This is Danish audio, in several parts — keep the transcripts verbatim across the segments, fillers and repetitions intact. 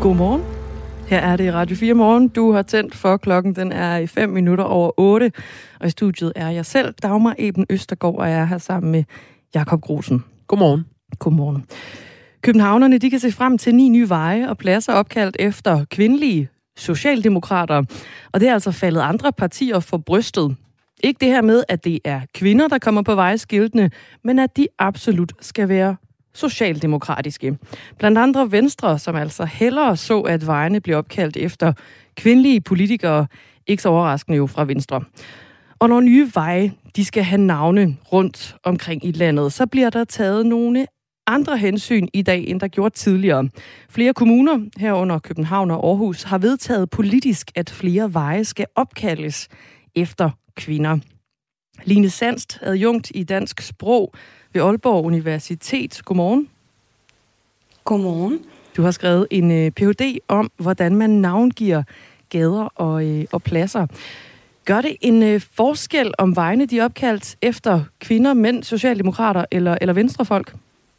Godmorgen. Her er det Radio fire Morgen. Du har tændt for klokken. Den er i fem minutter over otte. Og i studiet er jeg selv, Dagmar Eben Østergaard, og jeg er her sammen med Jakob Grosen. Godmorgen. Godmorgen. Københavnerne, de kan se frem til ni nye veje og pladser opkaldt efter kvindelige socialdemokrater. Og det er altså faldet andre partier for brystet. Ikke det her med, at det er kvinder, der kommer på vejskiltene, men at de absolut skal være socialdemokratiske. Blandt andre Venstre, som altså hellere så, at vejene bliver opkaldt efter kvindelige politikere, ikke så overraskende jo fra Venstre. Og når nye veje, de skal have navne rundt omkring i landet, så bliver der taget nogle andre hensyn i dag, end der gjorde tidligere. Flere kommuner, herunder København og Aarhus, har vedtaget politisk, at flere veje skal opkaldes efter kvinder. Line Sandst, adjunkt i dansk sprog ved Aalborg Universitet. Godmorgen. Godmorgen. Du har skrevet en P H D om, hvordan man navngiver gader og, og pladser. Gør det en forskel, om vejene de er opkaldt efter kvinder, mænd, socialdemokrater eller, eller venstrefolk?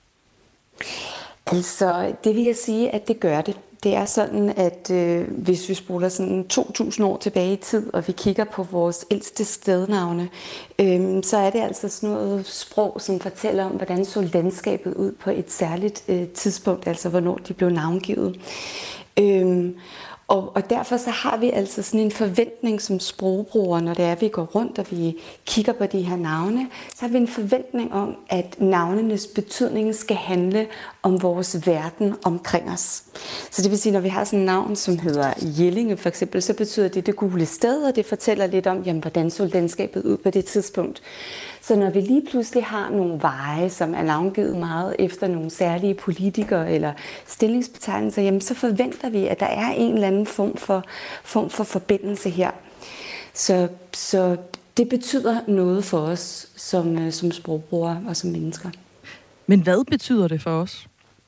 Altså, det vil jeg sige, at det gør det. Det er sådan, at øh, hvis vi spoler sådan to tusind år tilbage i tid, og vi kigger på vores ældste stednavne, øh, så er det altså sådan noget sprog, som fortæller om, hvordan så landskabet ud på et særligt øh, tidspunkt, altså hvornår de blev navngivet. Øh, Og, og derfor så har vi altså sådan en forventning som sprogbrugere, når det er, vi går rundt og vi kigger på de her navne, så har vi en forventning om, at navnenes betydning skal handle om vores verden omkring os. Så det vil sige, når vi har sådan et navn, som hedder Jellinge for eksempel, så betyder det det gule sted, og det fortæller lidt om, jamen, hvordan så landskabet ud på det tidspunkt. Så når vi lige pludselig har nogle veje, som er navngivet meget efter nogle særlige politikere eller stillingsbetegnelser, jamen så forventer vi, at der er en eller anden form for, form for forbindelse her. Så, så det betyder noget for os som, som sprogbrugere og som mennesker. Men hvad betyder det for os?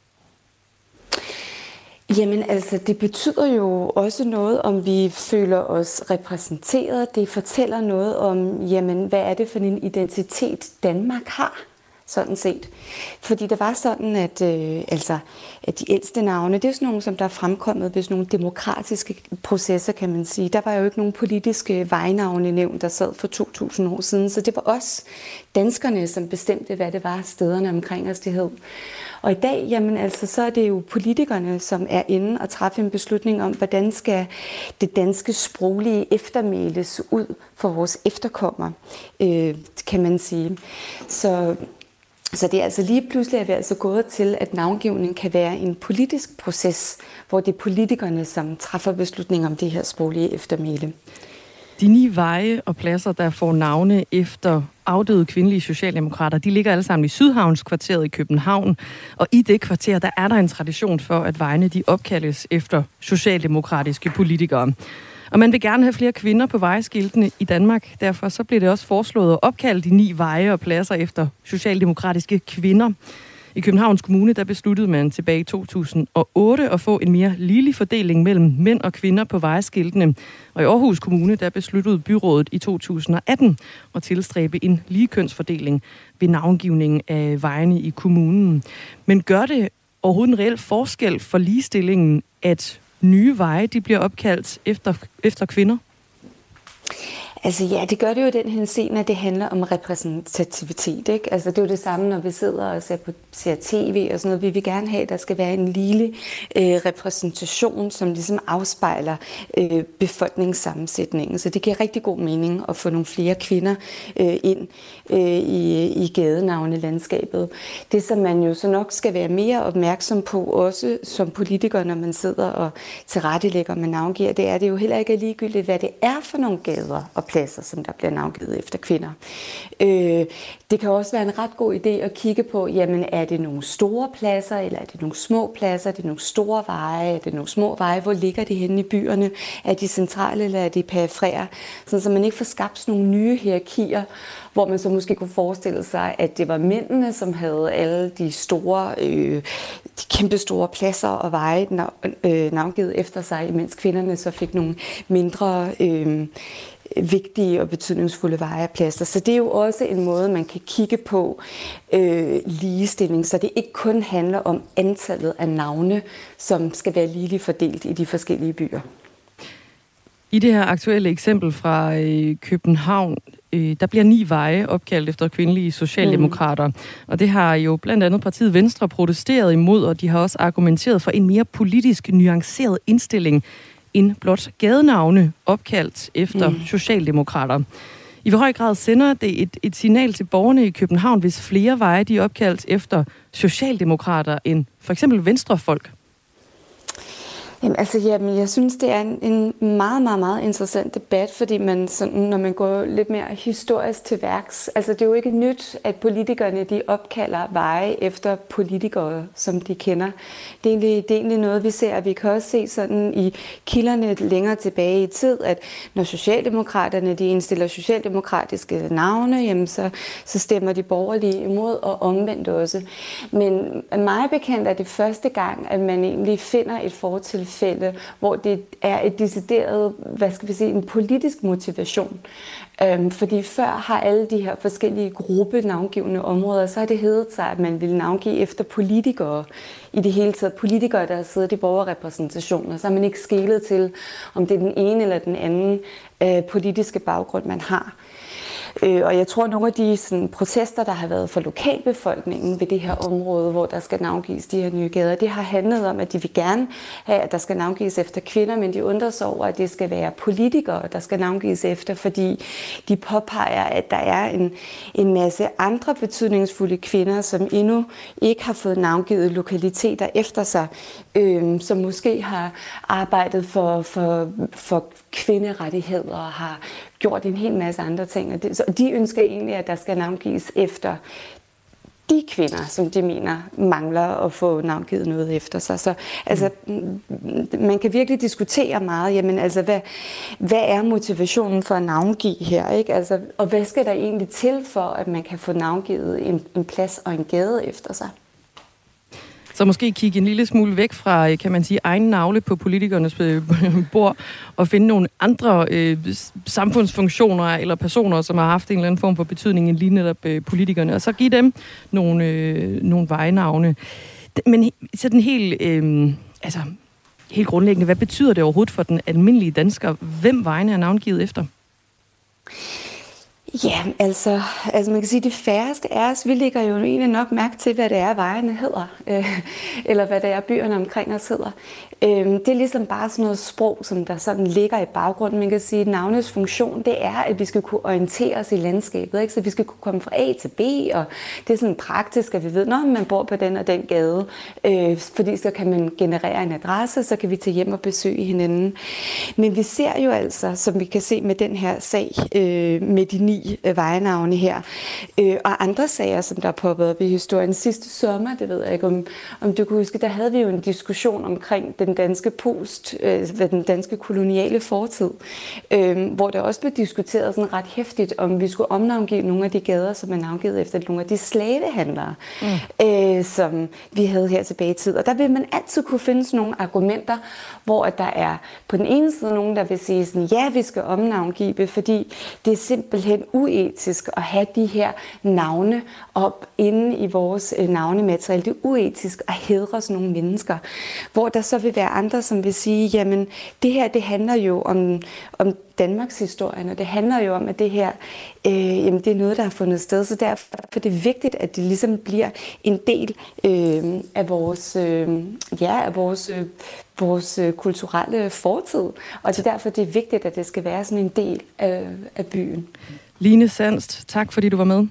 Jamen altså, det betyder jo også noget, om vi føler os repræsenteret. Det fortæller noget om, jamen, hvad er det for en identitet, Danmark har, sådan set. Fordi det var sådan, at, øh, altså, at de ældste navne, det er sådan nogle, som der er fremkommet ved sådan nogle demokratiske processer, kan man sige. Der var jo ikke nogen politiske vejnavne nævnt, der sad for to tusind år siden. Så det var os, danskerne, som bestemte, hvad det var, stederne omkring os, det hed. Og i dag, jamen altså, så er det jo politikerne, som er inde og træffe en beslutning om, hvordan skal det danske sproglige eftermæle se ud for vores efterkommere, øh, kan man sige. Så, så det er altså lige pludselig, at vi er altså gået til, at navngivning kan være en politisk proces, hvor det er politikerne, som træffer beslutninger om det her sproglige eftermæle. De ni veje og pladser, der får navne efter afdøde kvindelige socialdemokrater, de ligger alle sammen i Sydhavnskvarteret i København. Og i det kvarter, der er der en tradition for, at vejene de opkaldes efter socialdemokratiske politikere. Og man vil gerne have flere kvinder på vejskiltene i Danmark. Derfor så bliver det også foreslået at opkalde de ni veje og pladser efter socialdemokratiske kvinder. I Københavns Kommune, der besluttede man tilbage i to tusind og otte at få en mere ligelig fordeling mellem mænd og kvinder på vejskiltene. Og i Aarhus Kommune, der besluttede byrådet i to tusind og atten at tilstræbe en ligekønsfordeling ved navngivningen af vejene i kommunen. Men gør det overhovedet en reel forskel for ligestillingen, at nye veje de bliver opkaldt efter, efter kvinder? Altså ja, det gør det jo i den henseende, at det handler om repræsentativitet, ikke? Altså det er jo det samme, når vi sidder og ser på ser tv og sådan noget. Vi vil gerne have, at der skal være en lille øh, repræsentation, som ligesom afspejler øh, befolkningssammensætningen. Så det giver rigtig god mening at få nogle flere kvinder øh, ind øh, i, i gadenavne landskabet. Det, som man jo så nok skal være mere opmærksom på, også som politiker, når man sidder og tilrettelægger med navngiver, det er det jo heller ikke ligegyldigt, hvad det er for nogle gader og pladser, som der bliver navngivet efter kvinder. Øh, det kan også være en ret god idé at kigge på, jamen er det nogle store pladser, eller er det nogle små pladser, er det nogle store veje, er det nogle små veje, hvor ligger de henne i byerne, er de centrale eller er de perifære, sådan så man ikke får skabt sådan nogle nye hierarkier, hvor man så måske kunne forestille sig, at det var mændene, som havde alle de store, øh, de kæmpe store pladser og veje øh, navngivet efter sig, mens kvinderne så fik nogle mindre øh, vigtige og betydningsfulde veje og pladser. Så det er jo også en måde, man kan kigge på øh, ligestilling, så det ikke kun handler om antallet af navne, som skal være ligeligt fordelt i de forskellige byer. I det her aktuelle eksempel fra øh, København, øh, der bliver ni veje opkaldt efter kvindelige socialdemokrater. Mm. Og det har jo blandt andet partiet Venstre protesteret imod, og de har også argumenteret for en mere politisk nuanceret indstilling end blot gadenavne opkaldt efter mm. socialdemokrater. I hvor høj grad sender det et, et signal til borgerne i København, hvis flere veje de er opkaldt efter socialdemokrater end for eksempel venstrefolk? Jamen, altså, jamen, jeg synes, det er en, en meget, meget, meget interessant debat, fordi man sådan, når man går lidt mere historisk til værks, altså det er jo ikke nyt, at politikerne de opkalder veje efter politikere, som de kender. Det er, egentlig, det er egentlig noget, vi ser, og vi kan også se sådan i kilderne længere tilbage i tid, at når socialdemokraterne de indstiller socialdemokratiske navne, jamen så, så stemmer de borgerlige imod, og omvendt også. Men mig bekendt er det første gang, at man egentlig finder et fortilfælde, hvor det er et decideret, hvad skal vi sige, en politisk motivation. Øhm, fordi før har alle de her forskellige gruppenavngivende områder, så har det heddet sig, at man ville navngive efter politikere. I det hele taget politikere, der har siddet i borgerrepræsentationer. Så har man ikke skelet til, om det er den ene eller den anden øh, politiske baggrund, man har. Øh, og jeg tror, at nogle af de sådan, protester, der har været for lokalbefolkningen ved det her område, hvor der skal navngives de her nye gader, det har handlet om, at de vil gerne have, at der skal navngives efter kvinder, men de undrer sig over, at det skal være politikere, der skal navngives efter, fordi de påpeger, at der er en, en masse andre betydningsfulde kvinder, som endnu ikke har fået navngivet lokaliteter efter sig, øh, som måske har arbejdet for, for, for kvinderettigheder og har gjort en hel masse andre ting. Og det, så de ønsker egentlig, at der skal navngives efter de kvinder, som de mener mangler at få navngivet noget efter sig. Så altså, man kan virkelig diskutere meget, jamen altså, hvad, hvad er motivationen for at navngive her, ikke? Altså, og hvad skal der egentlig til for, at man kan få navngivet en, en plads og en gade efter sig? Så måske kigge en lille smule væk fra, kan man sige, egen navle på politikernes bord, og finde nogle andre øh, samfundsfunktioner eller personer, som har haft en eller anden form for betydning end lige netop øh, politikerne, og så give dem nogle, øh, nogle vejnavne. Men sådan helt, øh, altså, helt grundlæggende, hvad betyder det overhovedet for den almindelige dansker? Hvem vejene er navngivet efter? Ja, altså, altså man kan sige, at de færreste af os, vi lægger jo egentlig nok mærke til, hvad det er, vejene hedder, øh, eller hvad det er, byerne omkring os hedder. Øh, det er ligesom bare sådan noget sprog, som der sådan ligger i baggrunden. Man kan sige, at navnets funktion, det er, at vi skal kunne orientere os i landskabet, ikke? Så vi skal kunne komme fra A til B, og det er sådan praktisk, at vi ved, når man bor på den og den gade, øh, fordi så kan man generere en adresse, så kan vi tage hjem og besøge hinanden. Men vi ser jo altså, som vi kan se med den her sag, øh, med de ni vejnavne her, øh, og andre sager, som der er poppet op i historien. Sidste sommer, det ved jeg ikke, om, om du kan huske, der havde vi jo en diskussion omkring den danske post, øh, den danske koloniale fortid, øh, hvor der også blev diskuteret sådan ret hæftigt, om vi skulle omnavngive nogle af de gader, som er navngivet efter nogle af de slavehandlere, mm. øh, som vi havde her tilbage i tid. Og der vil man altid kunne finde sådan nogle argumenter, hvor at der er på den ene side nogen, der vil sige sådan, ja, vi skal omnavngive, fordi det er simpelthen uetisk at have de her navne op inde i vores øh, navnemateriale. Det er uetisk at hædre sådan nogle mennesker. Hvor der så vil være andre, som vil sige, jamen det her, det handler jo om, om Danmarks historien, og det handler jo om, at det her, øh, jamen det er noget, der har fundet sted. Så derfor er det vigtigt, at det ligesom bliver en del øh, af vores, øh, ja, af vores, øh, vores øh, kulturelle fortid. Og det er derfor, det er vigtigt, at det skal være sådan en del af, af byen. Line Sandst, tak fordi du var med.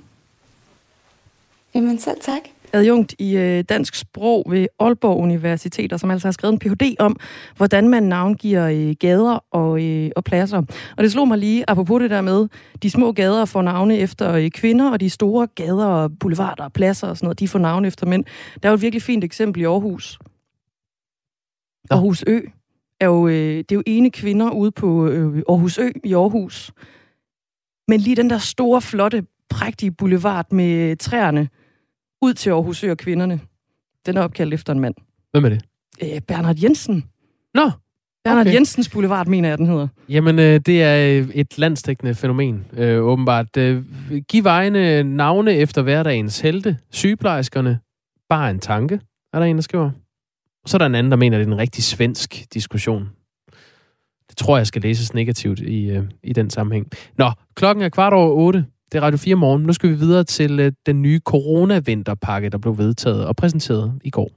Jamen selv tak. Adjunkt i øh, dansk sprog ved Aalborg Universitet, som altså har skrevet en P H D om, hvordan man navngiver øh, gader og, øh, og pladser. Og det slog mig lige, apropos det der med, de små gader får navne efter øh, kvinder, og de store gader og boulevarder og pladser og sådan noget, de får navne efter mænd. Der er jo et virkelig fint eksempel i Aarhus. Ja. Aarhus Ø er jo, øh, det er jo ene kvinder ude på øh, Aarhus Ø i Aarhus. Men lige den der store, flotte, prægtige boulevard med træerne, ud til Aarhus Ø og kvinderne, den er opkaldt efter en mand. Hvem er det? Æ, Bernhard Jensen. Nå, Bernhard okay. Jensens Boulevard, mener jeg, den hedder. Jamen, øh, det er et landsdækkende fænomen, øh, åbenbart. Øh, giv vejene navne efter hverdagens helte. Sygeplejerskerne. Bare en tanke, er der en, der skriver. Og så er der en anden, der mener, at det er en rigtig svensk diskussion. Det tror jeg skal læses negativt i, øh, i den sammenhæng. Nå, klokken er kvart over otte. Det er Radio fire morgen. Nu skal vi videre til øh, den nye coronavinterpakke, der blev vedtaget og præsenteret i går.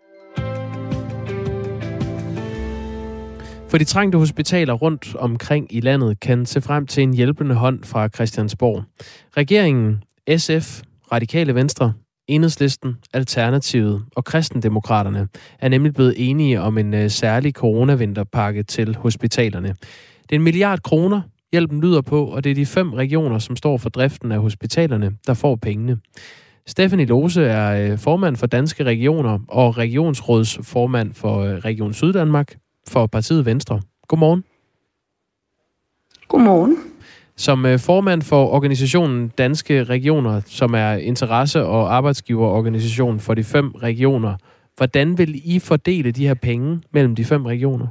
For de trængte hospitaler rundt omkring i landet kan se frem til en hjælpende hånd fra Christiansborg. Regeringen, S F, Radikale Venstre, Enhedslisten, Alternativet og Kristendemokraterne er nemlig blevet enige om en uh, særlig coronavinterpakke til hospitalerne. Det er en milliard kroner, hjælpen lyder på, og det er de fem regioner, som står for driften af hospitalerne, der får pengene. Stephanie Lose er uh, formand for Danske Regioner og regionsrådsformand for uh, Region Syddanmark for partiet Venstre. Godmorgen. Godmorgen. Som uh, formand for organisationen Danske Regioner, som er interesse- og arbejdsgiverorganisation for de fem regioner, hvordan vil I fordele de her penge mellem de fem regioner?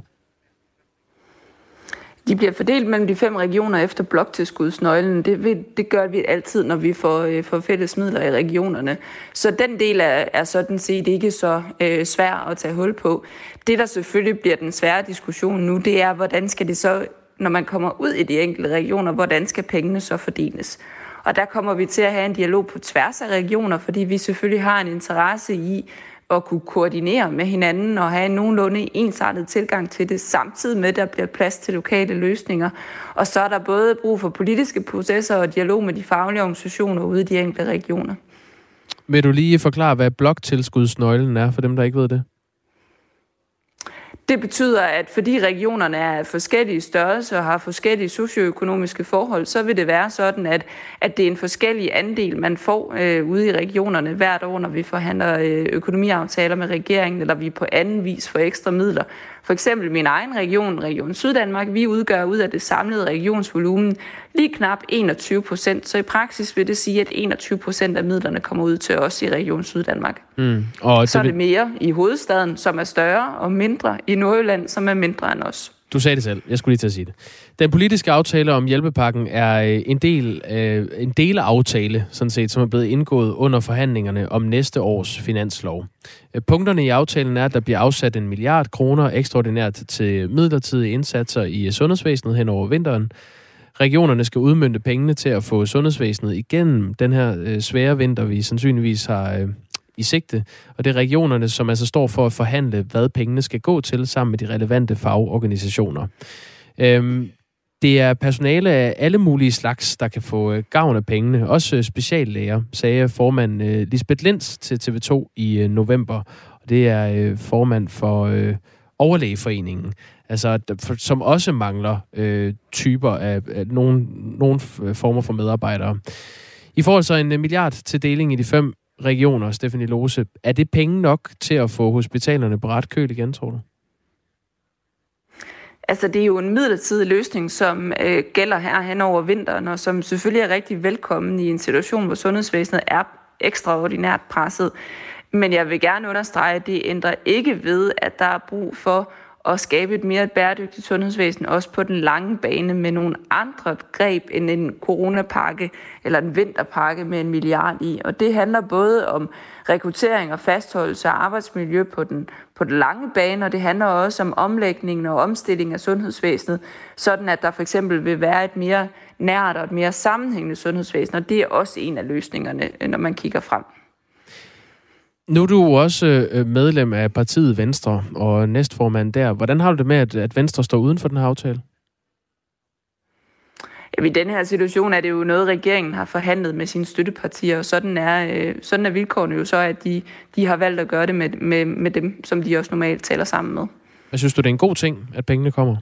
De bliver fordelt mellem de fem regioner efter bloktilskudsnøglen. Det, vil, det gør vi altid, når vi får, øh, får fælles midler i regionerne. Så den del er, er sådan set ikke så øh, svær at tage hul på. Det, der selvfølgelig bliver den svære diskussion nu, det er, hvordan skal det så, når man kommer ud i de enkelte regioner, hvordan skal pengene så fordeles? Og der kommer vi til at have en dialog på tværs af regioner, fordi vi selvfølgelig har en interesse i at kunne koordinere med hinanden og have en nogenlunde ensartet tilgang til det, samtidig med, at der bliver plads til lokale løsninger. Og så er der både brug for politiske processer og dialog med de faglige organisationer ude i de enkelte regioner. Vil du lige forklare, hvad bloktilskudsnøglen er for dem, der ikke ved det? Det betyder, at fordi regionerne er forskellige størrelser og har forskellige socioøkonomiske forhold, så vil det være sådan, at, at det er en forskellig andel, man får øh, ude i regionerne hvert år, når vi forhandler øh, økonomiaftaler med regeringen, eller vi på anden vis får ekstra midler. For eksempel min egen region, Region Syddanmark, vi udgør ud af det samlede regionsvolumen lige knap enogtyve procent. Så i praksis vil det sige, at enogtyve procent af midlerne kommer ud til os i Region Syddanmark. Mm. Og så er det mere i hovedstaden, som er større, og mindre i Nordjylland, som er mindre end os. Du sagde det selv. Jeg skulle lige til at sige det. Den politiske aftale om hjælpepakken er en del øh, en delaftale, sådan set, som er blevet indgået under forhandlingerne om næste års finanslov. Punkterne i aftalen er, at der bliver afsat en milliard kroner ekstraordinært til midlertidige indsatser i sundhedsvæsenet hen over vinteren. Regionerne skal udmønte pengene til at få sundhedsvæsenet igennem den her øh, svære vinter, vi sandsynligvis har øh, i sigte. Og det er regionerne, som altså står for at forhandle, hvad pengene skal gå til, sammen med de relevante fagorganisationer. Øhm, det er personale af alle mulige slags, der kan få øh, gavn af pengene. Også øh, speciallæger, sagde formand øh, Lisbeth Lins til T V to i øh, november. Og det er øh, formand for øh, Overlægeforeningen. Altså, som også mangler øh, typer af, af nogle, nogle former for medarbejdere. I forhold til en milliard til deling i de fem regioner, Stephanie Lose, er det penge nok til at få hospitalerne på ret køl igen, tror du? Altså, det er jo en midlertidig løsning, som øh, gælder her hen over vinteren, og som selvfølgelig er rigtig velkommen i en situation, hvor sundhedsvæsenet er ekstraordinært presset. Men jeg vil gerne understrege, at det ændrer ikke ved, at der er brug for at skabe et mere bæredygtigt sundhedsvæsen, også på den lange bane med nogle andre greb end en coronapakke eller en vinterpakke med en milliard i. Og det handler både om rekruttering og fastholdelse af arbejdsmiljø på den, på den lange bane, og det handler også om omlægningen og omstilling af sundhedsvæsenet, sådan at der for eksempel vil være et mere nært og et mere sammenhængende sundhedsvæsen, og det er også en af løsningerne, når man kigger frem. Nu er du også medlem af partiet Venstre og næstformand der. Hvordan har du det med, at Venstre står uden for den her aftale? I den her situation er det jo noget, regeringen har forhandlet med sine støttepartier, og sådan er, sådan er vilkårene jo så, at de, de har valgt at gøre det med, med, med dem, som de også normalt taler sammen med. Jeg synes du, det er en god ting, at pengene kommer?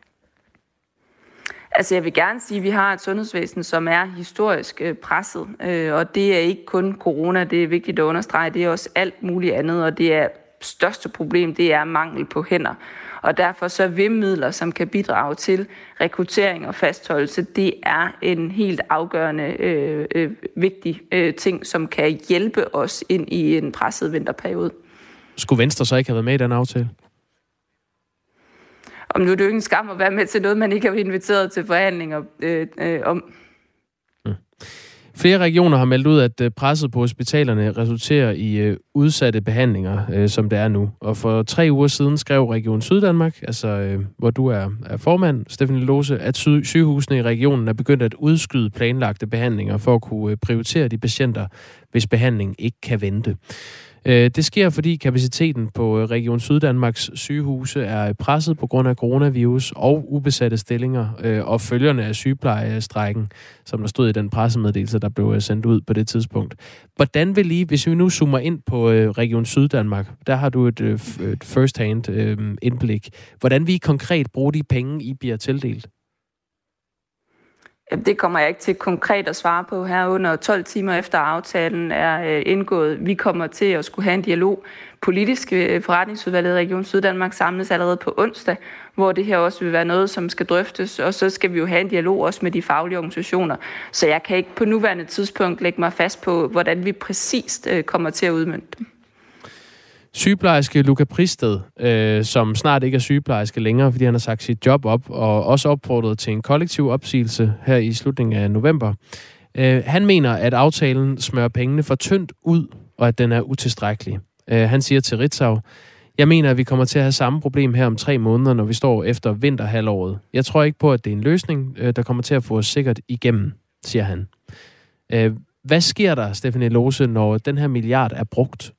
Altså jeg vil gerne sige, at vi har et sundhedsvæsen, som er historisk øh, presset, øh, og det er ikke kun corona, det er vigtigt at understrege, det er også alt muligt andet, og det er største problem, det er mangel på hænder. Og derfor så vil midler, som kan bidrage til rekruttering og fastholdelse, det er en helt afgørende øh, øh, vigtig øh, ting, som kan hjælpe os ind i en presset vinterperiode. Skulle Venstre så ikke have været med i den aftale? om nu er det jo ikke en skam at være med til noget, man ikke har inviteret til forhandlinger øh, øh, om. Mm. Flere regioner har meldt ud, at presset på hospitalerne resulterer i øh, udsatte behandlinger, øh, som det er nu. Og for tre uger siden skrev Region Syddanmark, altså øh, hvor du er, er formand, Stephanie Lose, at sy- sygehusene i regionen er begyndt at udskyde planlagte behandlinger for at kunne øh, prioritere de patienter, hvis behandling ikke kan vente. Det sker, fordi kapaciteten på Region Syddanmarks sygehuse er presset på grund af coronavirus og ubesatte stillinger og følgerne af sygeplejestrejken, som der stod i den pressemeddelelse, der blev sendt ud på det tidspunkt. Hvordan vil I, hvis vi nu zoomer ind på Region Syddanmark, der har du et, et first-hand indblik, hvordan vil I konkret bruge de penge, I bliver tildelt? Det kommer jeg ikke til konkret at svare på her under tolv timer efter aftalen er indgået. Vi kommer til at skulle have en dialog. Politisk forretningsudvalget i Region Syddanmark samles allerede på onsdag, hvor det her også vil være noget, som skal drøftes. Og så skal vi jo have en dialog også med de faglige organisationer. Så jeg kan ikke på nuværende tidspunkt lægge mig fast på, hvordan vi præcist kommer til at udmønte dem. Sygeplejerske Luca Pristed, øh, som snart ikke er sygeplejerske længere, fordi han har sagt sit job op, og også opfordret til en kollektiv opsigelse her i slutningen af november. Øh, han mener, at aftalen smører pengene for tyndt ud, og at den er utilstrækkelig. Øh, han siger til Ritzau, jeg mener, at vi kommer til at have samme problem her om tre måneder, når vi står efter vinterhalvåret. Jeg tror ikke på, at det er en løsning, øh, der kommer til at få os sikkert igennem, siger han. Øh, hvad sker der, Stephanie Lose, når den her milliard er brugt?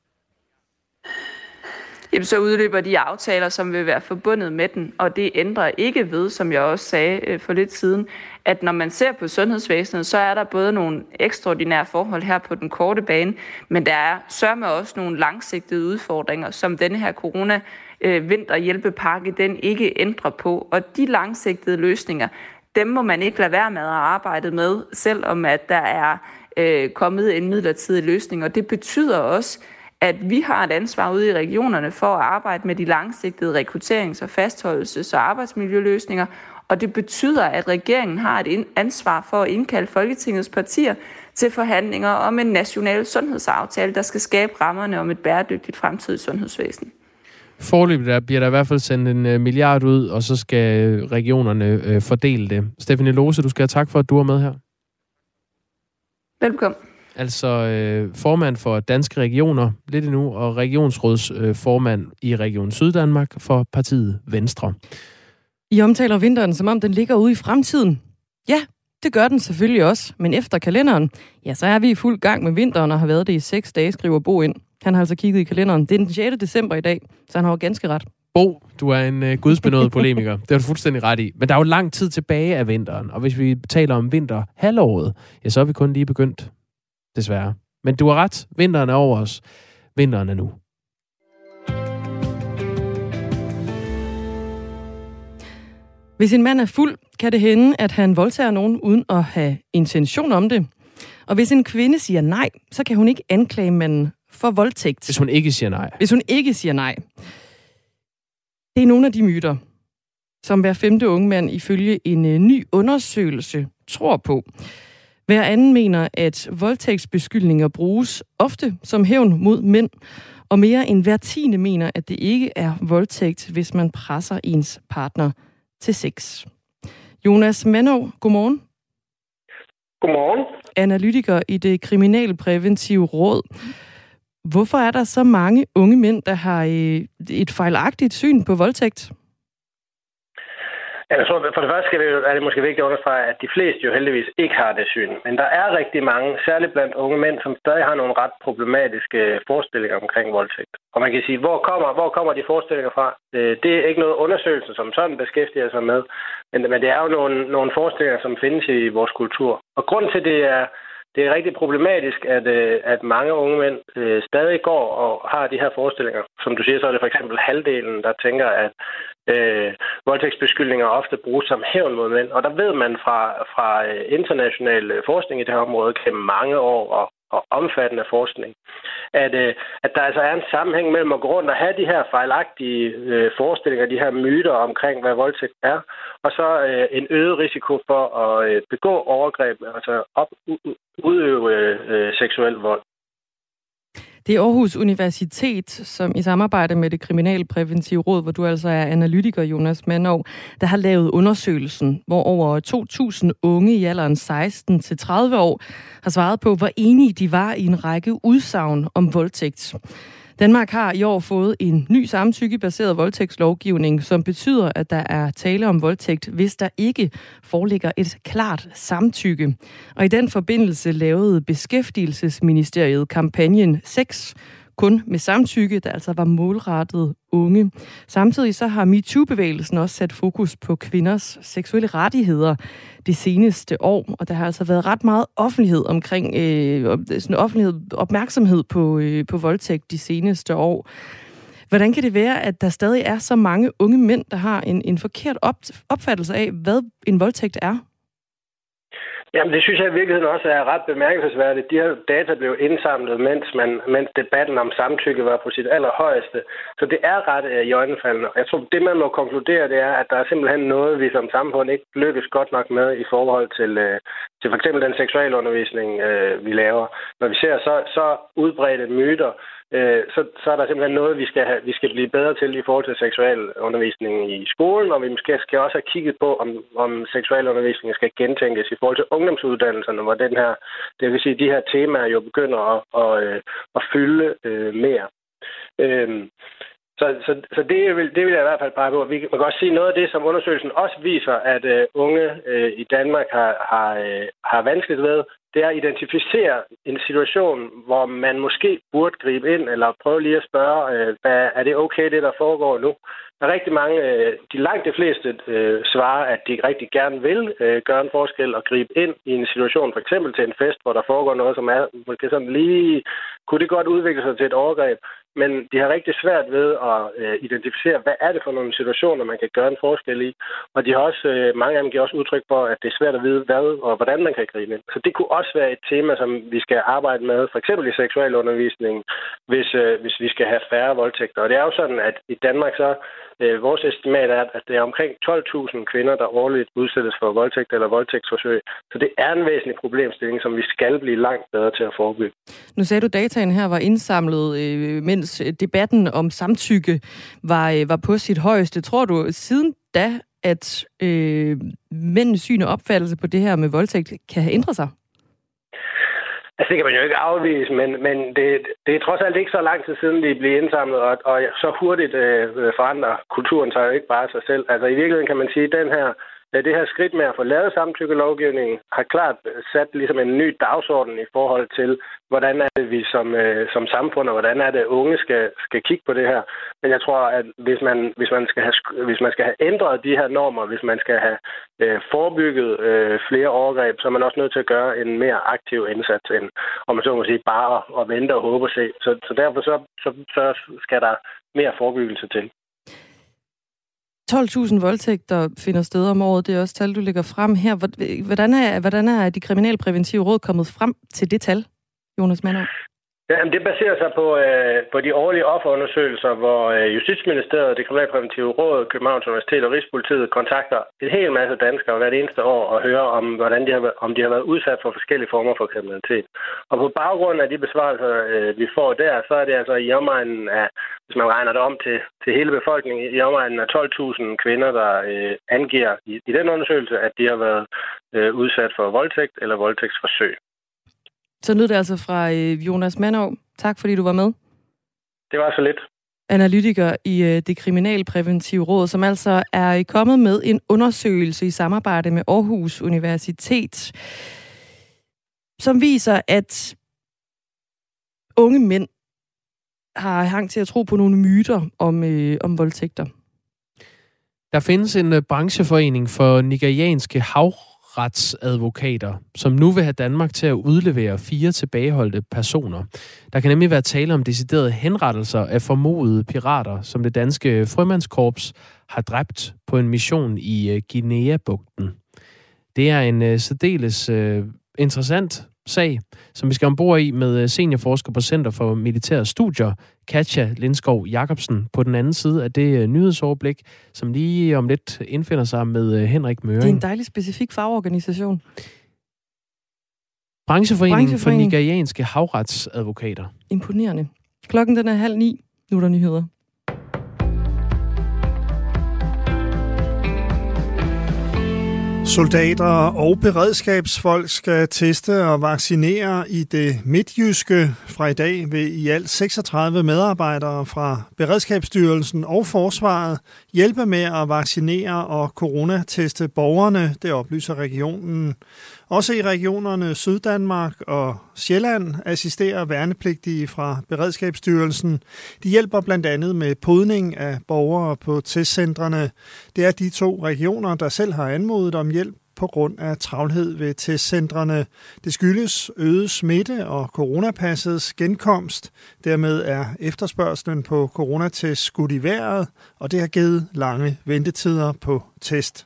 Jamen, så udløber de aftaler, som vil være forbundet med den, og det ændrer ikke ved, som jeg også sagde for lidt siden, at når man ser på sundhedsvæsenet, så er der både nogle ekstraordinære forhold her på den korte bane, men der er sørme også nogle langsigtede udfordringer, som denne her corona-vinterhjælpepakke, den ikke ændrer på. Og de langsigtede løsninger, dem må man ikke lade være med at arbejde med, selvom at der er øh, kommet en midlertidig løsning. Og det betyder også, at vi har et ansvar ude i regionerne for at arbejde med de langsigtede rekrutterings- og fastholdelses- og arbejdsmiljøløsninger. Og det betyder, at regeringen har et ansvar for at indkalde Folketingets partier til forhandlinger om en national sundhedsaftale, der skal skabe rammerne om et bæredygtigt fremtidigt sundhedsvæsen. Foreløbig der bliver der i hvert fald sendt en milliard ud, og så skal regionerne fordele det. Stephanie Lose, du skal have tak for, at du er med her. Velkommen. Altså øh, formand for Danske Regioner lidt endnu, og regionsrådsformand øh, i Region Syddanmark for partiet Venstre. I omtaler vinteren, som om den ligger ude i fremtiden. Ja, det gør den selvfølgelig også, men efter kalenderen, ja, så er vi i fuld gang med vinteren og har været det i seks dage, skriver Bo ind. Han har altså kigget i kalenderen. Det er den sjette december i dag, så han har jo ganske ret. Bo, du er en øh, gudsbenået polemiker. Det har du fuldstændig ret i. Men der er jo lang tid tilbage af vinteren, og hvis vi taler om vinterhalvåret, ja, så er vi kun lige begyndt. Desværre. Men du har ret. Vinteren er over os. Vinteren er nu. Hvis en mand er fuld, kan det hænde, at han voldtager nogen uden at have intention om det. Og hvis en kvinde siger nej, så kan hun ikke anklage manden for voldtægt. Hvis hun ikke siger nej. Hvis hun ikke siger nej. Det er nogle af de myter, som hver femte unge mand ifølge en ny undersøgelse tror på. Hver anden mener, at voldtægtsbeskyldninger bruges ofte som hævn mod mænd, og mere end hver tiende mener, at det ikke er voldtægt, hvis man presser ens partner til sex. Jonas Manov, godmorgen. Godmorgen. Analytiker i det kriminalpræventive råd. Hvorfor er der så mange unge mænd, der har et fejlagtigt syn på voldtægt? Jeg tror, for det første er det måske vigtigt at understrege, at de fleste jo heldigvis ikke har det syn. Men der er rigtig mange, særligt blandt unge mænd, som stadig har nogle ret problematiske forestillinger omkring voldtægt. Og man kan sige, hvor kommer, hvor kommer de forestillinger fra? Det er ikke noget undersøgelse, som sådan beskæftiger sig med. Men, men det er jo nogle, nogle forestillinger, som findes i vores kultur. Og grund til det er, det er rigtig problematisk, at, at mange unge mænd øh, stadig går og har de her forestillinger. Som du siger, så er det for eksempel halvdelen, der tænker, at øh, voldtægtsbeskyldninger ofte bruges som hævn mod mænd. Og der ved man fra, fra international forskning i det her område gennem mange år og, og omfattende forskning, at, øh, at der altså er en sammenhæng mellem at gå rundt og have de her fejlagtige øh, forestillinger, de her myter omkring, hvad voldtægt er, og så øh, en øget risiko for at øh, begå overgreb, altså op, udøve øh, seksuel vold. Det er Aarhus Universitet, som i samarbejde med det Kriminalpræventive Råd, hvor du altså er analytiker, Jonas Manov, der har lavet undersøgelsen, hvor over to tusind unge i alderen seksten til tredive år har svaret på, hvor enige de var i en række udsagn om voldtægt. Danmark har i år fået en ny samtykkebaseret voldtægtslovgivning, som betyder, at der er tale om voldtægt, hvis der ikke foreligger et klart samtykke. Og i den forbindelse lavede Beskæftigelsesministeriet kampagnen Sex kun med samtykke, der altså var målrettet unge. Samtidig så har MeToo-bevægelsen også sat fokus på kvinders seksuelle rettigheder det seneste år, og der har altså været ret meget offentlighed omkring øh, sådan offentlighed, opmærksomhed på, øh, på voldtægt de seneste år. Hvordan kan det være, at der stadig er så mange unge mænd, der har en, en forkert op, opfattelse af, hvad en voldtægt er? Jamen, det synes jeg i virkeligheden også er ret bemærkelsesværdigt. De her data blev indsamlet, mens, man, mens debatten om samtykke var på sit allerhøjeste. Så det er ret uh, iøjnefaldende. Jeg tror, det man må konkludere, det er, at der er simpelthen noget, vi som samfund ikke lykkes godt nok med i forhold til, uh, til for eksempel den seksualundervisning, uh, vi laver. Når vi ser så, så udbredte myter, uh, så, så er der simpelthen noget, vi skal, have, vi skal blive bedre til i forhold til seksualundervisning i skolen, og vi måske skal også have kigget på, om, om seksualundervisningen skal gentænkes i forhold til ungdomsuddannelserne, hvor den her, det vil sige, de her temaer jo begynder at, at, at, at fylde uh, mere. Uh, Så, så, så det, vil, det vil jeg i hvert fald pege på. Vi man kan også sige noget af det, som undersøgelsen også viser, at uh, unge uh, i Danmark har, har, uh, har vanskeligt ved, det er at identificere en situation, hvor man måske burde gribe ind, eller prøve lige at spørge, uh, hvad, er det okay, det der foregår nu? Der er rigtig mange, uh, de langt de fleste uh, svarer, at de rigtig gerne vil uh, gøre en forskel og gribe ind i en situation, for eksempel til en fest, hvor der foregår noget, som er måske sådan lige, kunne det godt udvikle sig til et overgreb, men de har rigtig svært ved at uh, identificere, hvad er det for nogle situationer, man kan gøre en forskel i. Og de har også, uh, mange af dem giver også udtryk for, at det er svært at vide, hvad og hvordan man kan gribe ind. Så det kunne også være et tema, som vi skal arbejde med, for eksempel i seksualundervisningen, hvis, uh, hvis vi skal have færre voldtægter. Og det er jo sådan, at i Danmark så, uh, vores estimat er, at det er omkring tolv tusind kvinder, der årligt udsættes for voldtægt eller voldtægtsforsøg. Så det er en væsentlig problemstilling, som vi skal blive langt bedre til at forebygge. Nu sagde du, at dataen her var indsamlet, øh, mens debatten om samtykke var, øh, var på sit højeste. Tror du siden da, at øh, mændens syn og opfattelse på det her med voldtægt kan have ændret sig? Altså, det kan man jo ikke afvise, men, men det, det er trods alt ikke så lang tid siden, de blev indsamlet, og, og så hurtigt øh, forandrer kulturen sig jo ikke bare sig selv. Altså, i virkeligheden kan man sige, at den her det her skridt med at få lavet samtykkelovgivningen har klart sat ligesom en ny dagsorden i forhold til, hvordan er det vi som, øh, som samfund, og hvordan er det unge skal, skal kigge på det her. Men jeg tror, at hvis man, hvis man, skal, have, hvis man skal have ændret de her normer, hvis man skal have øh, forebygget øh, flere overgreb, så er man også nødt til at gøre en mere aktiv indsats end, om man så må sige, bare at, at vente og håbe og se. Så, så derfor så, så, så skal der mere forebyggelse til. tolv tusind voldtægter finder sted om året. Det er også tal, du lægger frem her. Hvordan er, hvordan er de kriminalpræventive råd kommet frem til det tal, Jonas Manov? Ja, det baserer sig på, øh, på de årlige offerundersøgelser, hvor øh, Justitsministeriet, det Kriminalpræventive Råd, Københavns Universitet og Rigspolitiet kontakter en hel masse danskere hvert eneste år og hører om, hvordan de har, om de har været udsat for forskellige former for kriminalitet. Og på baggrund af de besvarelser, øh, vi får der, så er det altså i omegnen af, hvis man regner det om til, til hele befolkningen, i omegnen af tolv tusind kvinder, der øh, angiver i, i den undersøgelse, at de har været øh, udsat for voldtægt eller voldtægtsforsøg. Så lød det altså fra Jonas Manov. Tak fordi du var med. Det var så lidt. Analytiker i det Kriminalpræventive Råd, som altså er kommet med en undersøgelse i samarbejde med Aarhus Universitet, som viser, at unge mænd har hang til at tro på nogle myter om, øh, om voldtægter. Der findes en brancheforening for nigerianske hav retsadvokater, som nu vil have Danmark til at udlevere fire tilbageholdte personer. Der kan nemlig være tale om deciderede henrettelser af formodede pirater, som det danske frømandskorps har dræbt på en mission i Guinea-bugten. Det er en uh, særdeles uh, interessant sag, som vi skal ombord i med seniorforsker på Center for Militære Studier, Katja Lindskov Jacobsen, på den anden side af det nyhedsoverblik, som lige om lidt indfinder sig med Henrik Møring. Det er en dejlig specifik fagorganisation. Brancheforeningen, Brancheforeningen for nigerianske havretsadvokater. Imponerende. Klokken den er halv ni. Nu er der nyheder. Soldater og beredskabsfolk skal teste og vaccinere i det midtjyske. Fra i dag vil i alt seksogtredive medarbejdere fra Beredskabsstyrelsen og Forsvaret hjælpe med at vaccinere og coronateste borgerne, det oplyser regionen. Også i regionerne Syddanmark og Sjælland assisterer værnepligtige fra Beredskabsstyrelsen. De hjælper blandt andet med podning af borgere på testcentrene. Det er de to regioner, der selv har anmodet om hjælp på grund af travlhed ved testcentrene. Det skyldes øget smitte og coronapassets genkomst. Dermed er efterspørgslen på coronatest skudt i vejret, og det har givet lange ventetider på test.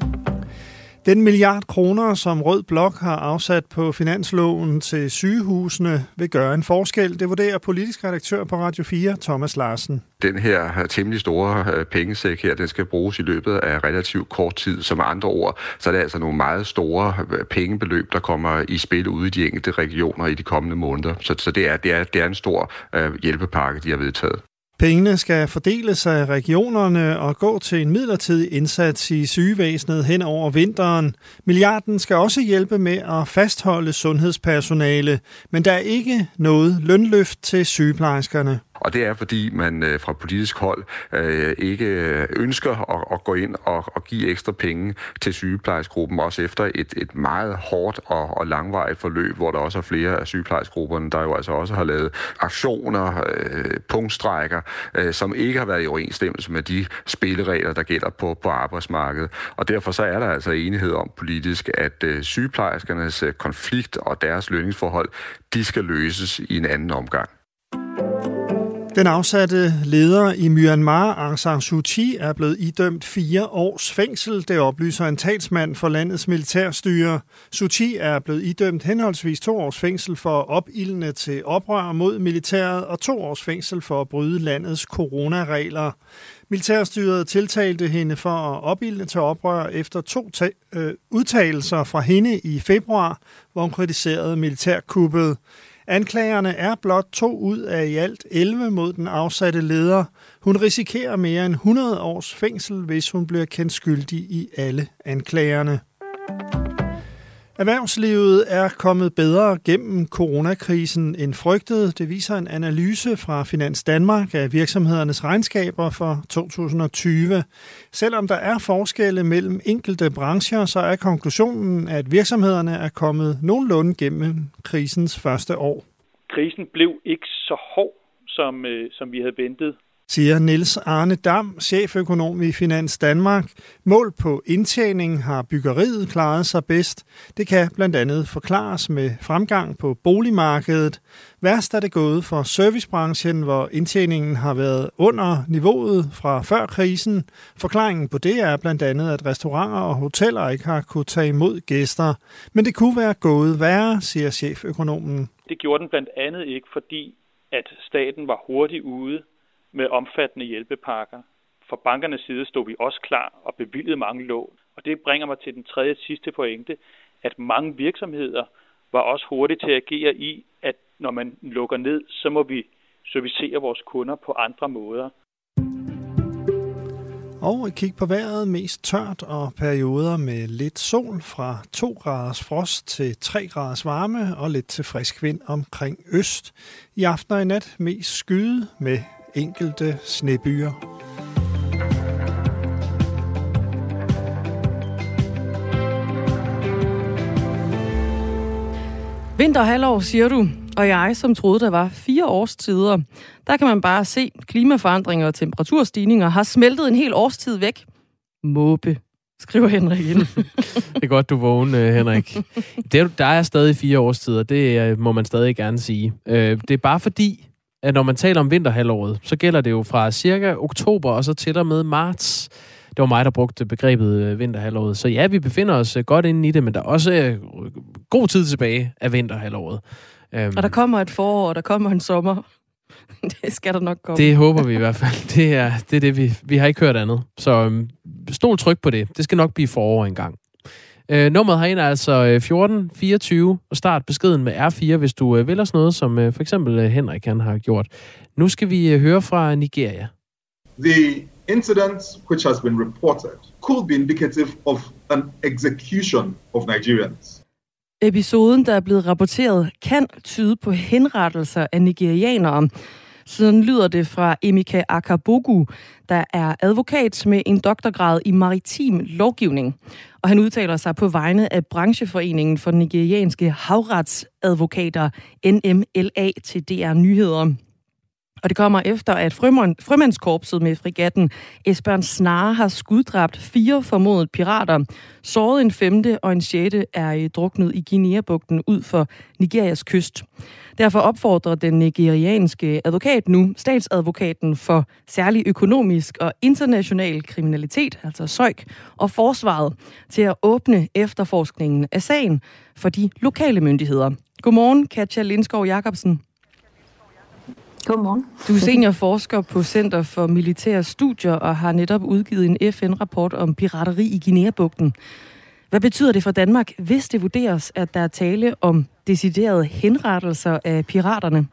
Den milliard kroner, som Rød Blok har afsat på finansloven til sygehusene, vil gøre en forskel. Det vurderer politisk redaktør på Radio fire, Thomas Larsen. Den her temmelig store pengesæk her, den skal bruges i løbet af relativt kort tid. Som andre ord, så er det altså nogle meget store pengebeløb, der kommer i spil ude i de enkelte regioner i de kommende måneder. Så, så det, er, det, er, det er en stor uh, hjælpepakke, de har vedtaget. Pengene skal fordeles af regionerne og gå til en midlertidig indsats i sygevæsenet hen over vinteren. Milliarden skal også hjælpe med at fastholde sundhedspersonale, men der er ikke noget lønløft til sygeplejerskerne. Og det er, fordi man øh, fra politisk hold øh, ikke ønsker at, at gå ind og, og give ekstra penge til sygeplejersgruppen, også efter et, et meget hårdt og, og langvarigt forløb, hvor der også er flere af sygeplejersgrupperne, der jo altså også har lavet aktioner, øh, punktstrækker, øh, som ikke har været i overensstemmelse med de spilleregler, der gælder på, på arbejdsmarkedet. Og derfor så er der altså enighed om politisk, at øh, sygeplejerskernes øh, konflikt og deres lønningsforhold, de skal løses i en anden omgang. Den afsatte leder i Myanmar, Aung San Suu Kyi, er blevet idømt fire års fængsel. Det oplyser en talsmand for landets militærstyre. Suu Kyi er blevet idømt henholdsvis to års fængsel for opildne til oprør mod militæret og to års fængsel for at bryde landets coronaregler. Militærstyret tiltalte hende for at opildne til oprør efter to ta- øh, udtalelser fra hende i februar, hvor hun kritiserede militærkuppet. Anklagerne er blot to ud af i alt elleve mod den afsatte leder. Hun risikerer mere end hundrede års fængsel, hvis hun bliver kendt skyldig i alle anklagerne. Erhvervslivet er kommet bedre gennem coronakrisen end frygtet. Det viser en analyse fra Finans Danmark af virksomhedernes regnskaber for to tusind og tyve. Selvom der er forskelle mellem enkelte brancher, så er konklusionen, at virksomhederne er kommet nogenlunde gennem krisens første år. Krisen blev ikke så hård, som, øh, som vi havde ventet. Siger Niels Arne Dam, cheføkonom i Finans Danmark. Mål på indtjening har byggeriet klaret sig bedst. Det kan blandt andet forklares med fremgang på boligmarkedet. Værst er det gået for servicebranchen, hvor indtjeningen har været under niveauet fra før krisen. Forklaringen på det er blandt andet, at restauranter og hoteller ikke har kunne tage imod gæster. Men det kunne være gået værre, siger cheføkonomen. Det gjorde den blandt andet ikke, fordi at staten var hurtigt ude med omfattende hjælpepakker. Fra bankernes side stod vi også klar og bevilgede mange lån. Og det bringer mig til den tredje sidste pointe, at mange virksomheder var også hurtige til at agere i, at når man lukker ned, så må vi servicere vores kunder på andre måder. Og et kig på vejret, mest tørt og perioder med lidt sol, fra to graders frost til tre graders varme og lidt til frisk vind omkring øst. I aften og i nat mest skyde med enkelte snebyer. Vinterhalvår, siger du, og jeg, som troede, der var fire årstider. Der kan man bare se, klimaforandringer og temperaturstigninger har smeltet en hel årstid væk. Måbe, skriver Henrik ind. Det er godt, du vågner, Henrik. Det, der er stadig fire årstider, det må man stadig gerne sige. Det er bare fordi, at når man taler om vinterhalvåret, så gælder det jo fra cirka oktober og så til og med marts. Det var mig, der brugte begrebet vinterhalvåret. Så ja, vi befinder os godt inde i det, men der er også god tid tilbage af vinterhalvåret. Og der kommer et forår, og der kommer en sommer. Det skal der nok komme. Det håber vi i hvert fald. Det er det, er det vi, vi har ikke hørt andet. Så um, stol tryk på det. Det skal nok blive forår engang. Øh, nummeret herinde er altså fjorten fireogtyve, og start beskeden med R fire, hvis du øh, vil os noget, som øh, for eksempel øh, Henrik han har gjort. Nu skal vi øh, høre fra Nigeria. The incident which has been reported could be indicative of an execution of Nigerians. Episoden, der er blevet rapporteret, kan tyde på henrettelser af nigerianere. Sådan lyder det fra Emeka Akabogu, der er advokat med en doktorgrad i maritim lovgivning. Og han udtaler sig på vegne af brancheforeningen for nigerianske havretsadvokater, N M L A, til D R Nyheder. Og det kommer efter, at frømandskorpset med fregatten Esbern Snare har skuddræbt fire formodede pirater, såret en femte og en sjette er druknet i Guinea-bugten ud for Nigerias kyst. Derfor opfordrer den nigerianske advokat nu statsadvokaten for særlig økonomisk og international kriminalitet, altså S Ø I C, og forsvaret til at åbne efterforskningen af sagen for de lokale myndigheder. Godmorgen, Katja Lindskov Jacobsen. Godmorgen. Du er seniorforsker på Center for Militære Studier og har netop udgivet en F N-rapport om pirateri i Guinea-bugten. Hvad betyder det for Danmark, hvis det vurderes, at der er tale om deciderede henrettelser af piraterne?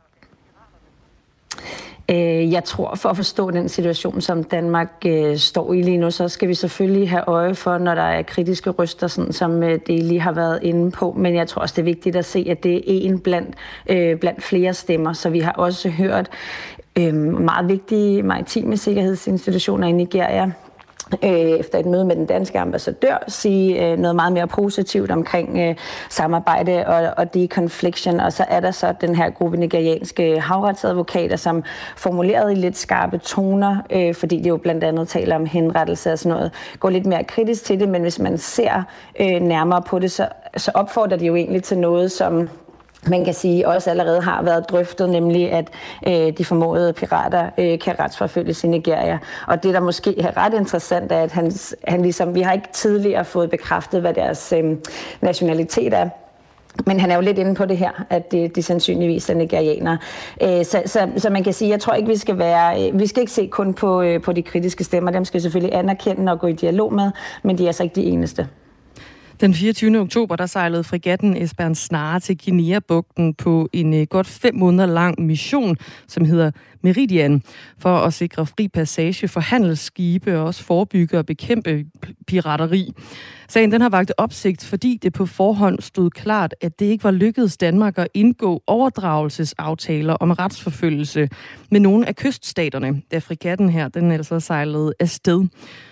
Jeg tror, for at forstå den situation, som Danmark øh, står i lige nu, så skal vi selvfølgelig have øje for, når der er kritiske røster, sådan som øh, det lige har været inde på. Men jeg tror også, det er vigtigt at se, at det er en blandt, øh, blandt flere stemmer. Så vi har også hørt øh, meget vigtige maritime sikkerhedsinstitutioner i Nigeria, efter et møde med den danske ambassadør, sige noget meget mere positivt omkring samarbejde og, og deconfliction. Og så er der så den her gruppe nigerianske havretsadvokater, som formulerede i lidt skarpe toner, øh, fordi de jo blandt andet taler om henrettelse og sådan noget. Går lidt mere kritisk til det, men hvis man ser øh, nærmere på det, så, så opfordrer de jo egentlig til noget, som man kan sige også allerede har været drøftet, nemlig at øh, de formodede pirater øh, kan retsforfølges i Nigeria. Og det, der måske er ret interessant, er, at han, han ligesom, vi har ikke tidligere fået bekræftet, hvad deres øh, nationalitet er. Men han er jo lidt inde på det her, at det, de sandsynligvis er nigerianere. Øh, så, så, så man kan sige, jeg tror ikke, vi skal være, vi skal ikke se kun på, øh, på de kritiske stemmer. Dem skal vi selvfølgelig anerkende og gå i dialog med, men de er altså ikke de eneste. Den fireogtyvende oktober, der sejlede fregatten Esbern Snare til Guinea-bugten på en godt fem måneder lang mission, som hedder Meridian, for at sikre fri passage for handelsskibe og også forebygge og bekæmpe pirateri. Sagen den har vakt opsigt, fordi det på forhånd stod klart, at det ikke var lykkedes Danmark at indgå overdragelsesaftaler om retsforfølgelse med nogle af kyststaterne, da fregatten her den altså sejlede afsted.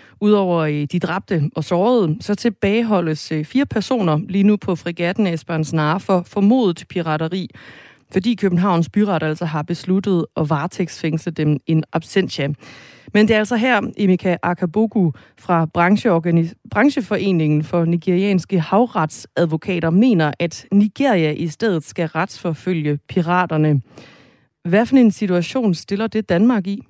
Udover de dræbte og sårede, så tilbageholdes fire personer lige nu på fregatten Esbern Snare for formodet pirateri, fordi Københavns byret altså har besluttet at varetægtsfængsle dem in absentia. Men det er altså her, Emeka Akabogu fra brancheforeningen for nigerianske havretsadvokater mener, at Nigeria i stedet skal retsforfølge piraterne. Hvad for en situation stiller det Danmark i?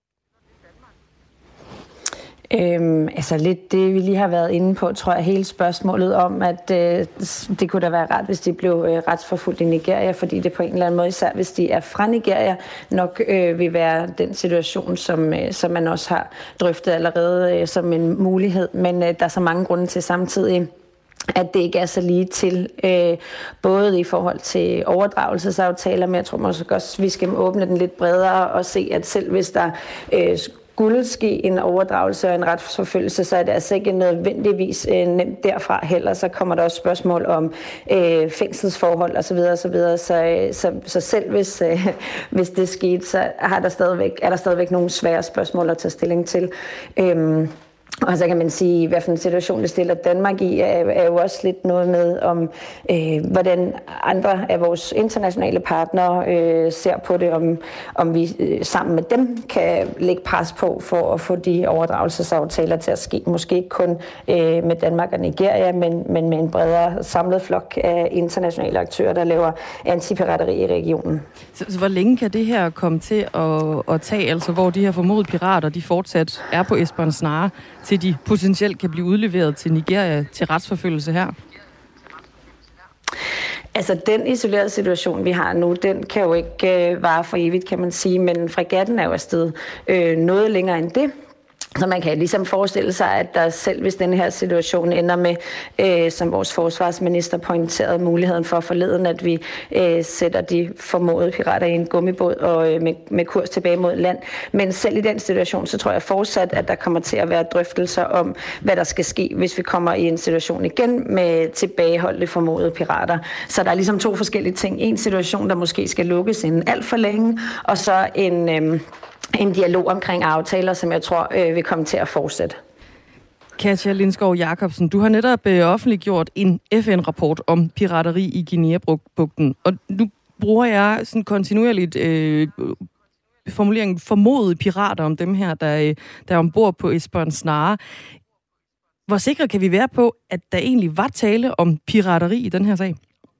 Øhm, altså lidt det, vi lige har været inde på, tror jeg, hele spørgsmålet om, at øh, det kunne da være ret, hvis de blev øh, retsforfulgt i Nigeria, fordi det på en eller anden måde, især hvis de er fra Nigeria, nok øh, vil være den situation, som, øh, som man også har drøftet allerede øh, som en mulighed. Men øh, der er så mange grunde til samtidig, at det ikke er så lige til, øh, både i forhold til overdragelsesaftaler, men jeg tror måske også, vi skal åbne den lidt bredere og se, at selv hvis der øh, skulle ske en overdragelse og en retsforfølgelse, så er det altså ikke nødvendigvis øh, nemt derfra heller. Så kommer der også spørgsmål om øh, fængselsforhold osv. osv. Så, så, så selv hvis, øh, hvis det skete, så har der stadigvæk, er der stadigvæk nogle svære spørgsmål at tage stilling til. Øhm, Og så kan man sige, hvad for en situation det stiller Danmark i, er, er jo også lidt noget med, om øh, hvordan andre af vores internationale partnere øh, ser på det, om, om vi øh, sammen med dem kan lægge pres på for at få de overdragelsesaftaler til at ske. Måske ikke kun øh, med Danmark og Nigeria, men, men med en bredere samlet flok af internationale aktører, der laver antipirateri i regionen. Så, så hvor længe kan det her komme til at, at tage, altså hvor de her formodede pirater, de fortsat er på Esbern Snare, til de potentielt kan blive udleveret til Nigeria til retsforfølgelse her? Altså, den isolerede situation, vi har nu, den kan jo ikke øh, vare for evigt, kan man sige, men fregatten er jo afsted øh, noget længere end det. Så man kan ligesom forestille sig, at der selv hvis den her situation ender med, øh, som vores forsvarsminister pointerede, muligheden for forleden, at vi øh, sætter de formodede pirater i en gummibåd og øh, med, med kurs tilbage mod land. Men selv i den situation, så tror jeg fortsat, at der kommer til at være drøftelser om, hvad der skal ske, hvis vi kommer i en situation igen med tilbageholdte formodede pirater. Så der er ligesom to forskellige ting. En situation, der måske skal lukkes inden alt for længe, og så en... Øh, en dialog omkring aftaler, som jeg tror øh, vil komme til at fortsætte. Katja Lindskov Jacobsen, du har netop øh, offentliggjort en F N-rapport om pirateri i Guinea-bugten, og nu bruger jeg sådan kontinuerligt øh, formuleringen formodede pirater om dem her, der, øh, der er ombord på Esbern Snare. Hvor sikre kan vi være på, at der egentlig var tale om pirateri i den her sag?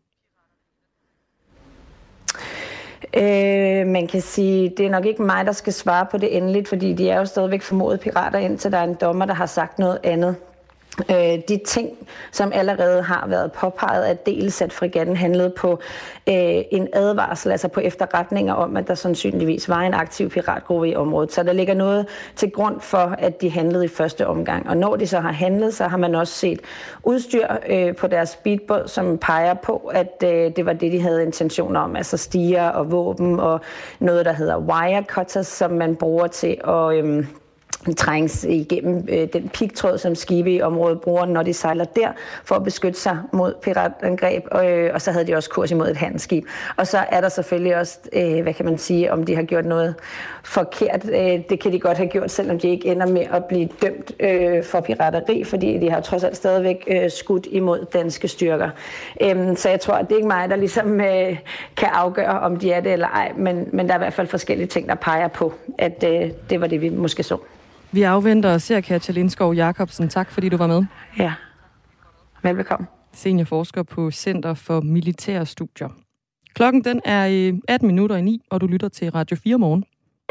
Øh, man kan sige, det er nok ikke mig, der skal svare på det endeligt, fordi de er jo stadigvæk formodede pirater, indtil der er en dommer, der har sagt noget andet. Øh, de ting, som allerede har været påpeget, er dels, at fregatten handlede på øh, en advarsel, altså på efterretninger om, at der sandsynligvis var en aktiv piratgruppe i området. Så der ligger noget til grund for, at de handlede i første omgang. Og når de så har handlet, så har man også set udstyr øh, på deres speedbåd, som peger på, at øh, det var det, de havde intentioner om. Altså stiger og våben og noget, der hedder wire cutters, som man bruger til at... Øh, trænges igennem øh, den pigtråd, som skibe i området bruger, når de sejler der, for at beskytte sig mod piratangreb, og, øh, og så havde de også kurs imod et handelsskib. Og så er der selvfølgelig også, øh, hvad kan man sige, om de har gjort noget forkert. Øh, det kan de godt have gjort, selvom de ikke ender med at blive dømt øh, for pirateri, fordi de har trods alt stadigvæk øh, skudt imod danske styrker. Øh, så jeg tror, at det er ikke mig, der ligesom øh, kan afgøre, om de er det eller ej, men, men der er i hvert fald forskellige ting, der peger på, at øh, det var det, vi måske så. Vi afventer og ser Katja Lindskov Jacobsen. Tak, fordi du var med. Ja, velbekomme. Seniorforsker på Center for Militære Studier. Klokken den er atten minutter i ni, og du lytter til Radio fire Morgen.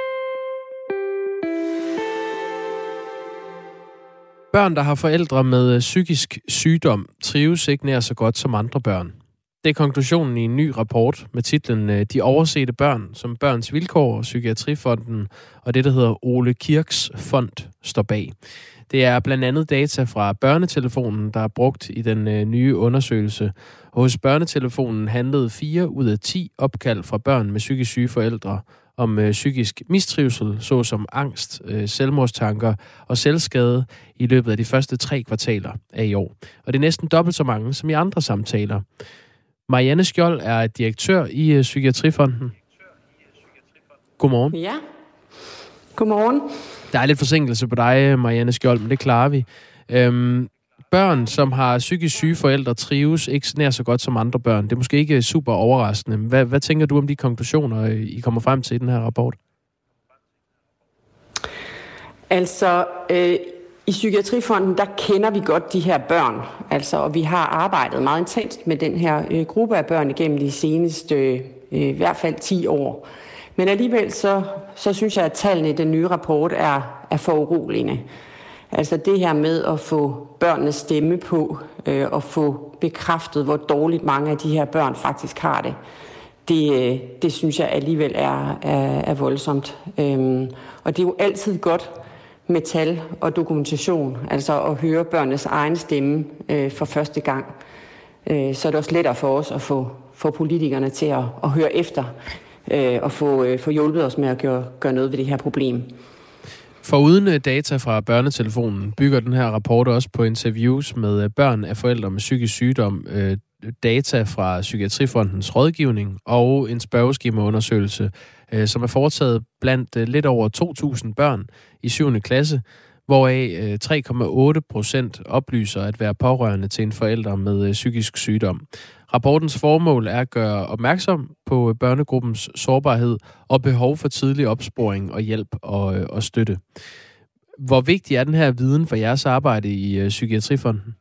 Børn, der har forældre med psykisk sygdom, trives ikke nær så godt som andre børn. Det er konklusionen i en ny rapport med titlen De oversete børn, som Børns Vilkår, Psykiatrifonden og det, der hedder Ole Kirks Fond, står bag. Det er blandt andet data fra børnetelefonen, der er brugt i den øh, nye undersøgelse. Hos børnetelefonen handlede fire ud af ti opkald fra børn med psykisk syge forældre om øh, psykisk mistrivsel, såsom angst, øh, selvmordstanker og selvskade i løbet af de første tre kvartaler af i år. Og det er næsten dobbelt så mange som i andre samtaler. Marianne Skjold er direktør i uh, Psykiatrifonden. Godmorgen. Ja, godmorgen. Der er lidt forsinkelse på dig, Marianne Skjold, men det klarer vi. Øhm, børn, som har psykisk syge forældre, trives ikke nær så godt som andre børn. Det er måske ikke super overraskende. Hvad, hvad tænker du om de konklusioner, I kommer frem til i den her rapport? Altså... Øh I Psykiatrifonden, der kender vi godt de her børn, altså, og vi har arbejdet meget intenst med den her øh, gruppe af børn igennem de seneste øh, i hvert fald ti år. Men alligevel så, så synes jeg, at tallene i den nye rapport er, er for uroligende. Altså det her med at få børnenes stemme på, øh, og få bekræftet, hvor dårligt mange af de her børn faktisk har det, det, det synes jeg alligevel er, er, er voldsomt. Øhm, og det er jo altid godt med tal og dokumentation, altså at høre børnenes egen stemme øh, for første gang. Øh, så er det også lettere for os at få, få politikerne til at, at høre efter øh, og få, øh, få hjulpet os med at gøre, gøre noget ved det her problem. Foruden data fra børnetelefonen bygger den her rapport også på interviews med børn af forældre med psykisk sygdom, øh, data fra Psykiatrifondens rådgivning og en spørgeskemaundersøgelse, øh, som er foretaget blandt øh, lidt over to tusind børn i syvende klasse, hvoraf øh, tre komma otte procent oplyser at være pårørende til en forælder med øh, psykisk sygdom. Rapportens formål er at gøre opmærksom på børnegruppens sårbarhed og behov for tidlig opsporing og hjælp og, øh, og støtte. Hvor vigtig er den her viden for jeres arbejde i øh, Psykiatrifonden?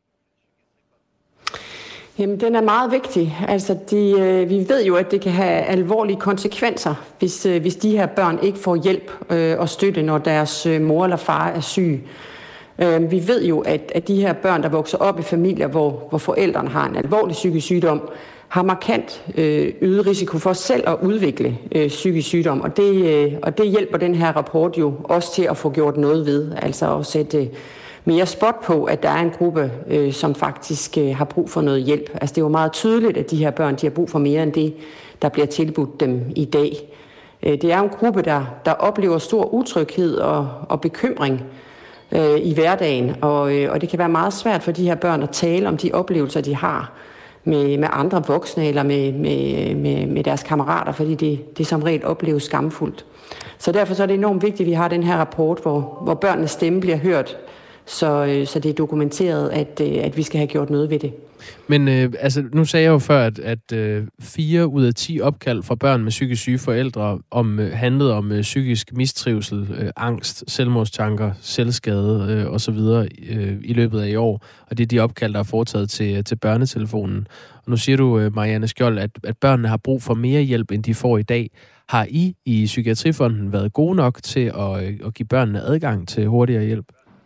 Jamen, den er meget vigtig. Altså, de, øh, vi ved jo, at det kan have alvorlige konsekvenser, hvis, øh, hvis de her børn ikke får hjælp øh, og støtte, når deres øh, mor eller far er syg. Øh, vi ved jo, at, at de her børn, der vokser op i familier, hvor, hvor forældrene har en alvorlig psykisk sygdom, har markant øh, øget risiko for selv at udvikle øh, psykisk sygdom, og det, øh, og det hjælper den her rapport jo også til at få gjort noget ved, altså at sætte mere spot på, at der er en gruppe, øh, som faktisk øh, har brug for noget hjælp. Altså det er jo meget tydeligt, at de her børn, de har brug for mere end det, der bliver tilbudt dem i dag. Øh, det er jo en gruppe, der, der oplever stor utryghed og, og bekymring øh, i hverdagen, og, øh, og det kan være meget svært for de her børn at tale om de oplevelser, de har med, med andre voksne eller med, med, med, med deres kammerater, fordi det, det som regel opleves skamfuldt. Så derfor så er det enormt vigtigt, at vi har den her rapport, hvor, hvor børnenes stemme bliver hørt, så, så det er dokumenteret, at, at vi skal have gjort noget ved det. Men øh, altså, nu sagde jeg jo før, at, at øh, fire ud af ti opkald fra børn med psykisk syge forældre om, øh, handlede om øh, psykisk mistrivsel, øh, angst, selvmordstanker, selvskade øh, osv. Øh, i løbet af i år. Og det er de opkald, der er foretaget til, til børnetelefonen. Og nu siger du, øh, Marianne Skjold, at, at børnene har brug for mere hjælp, end de får i dag. Har I i Psykiatrifonden været gode nok til at, øh, at give børnene adgang til hurtigere hjælp?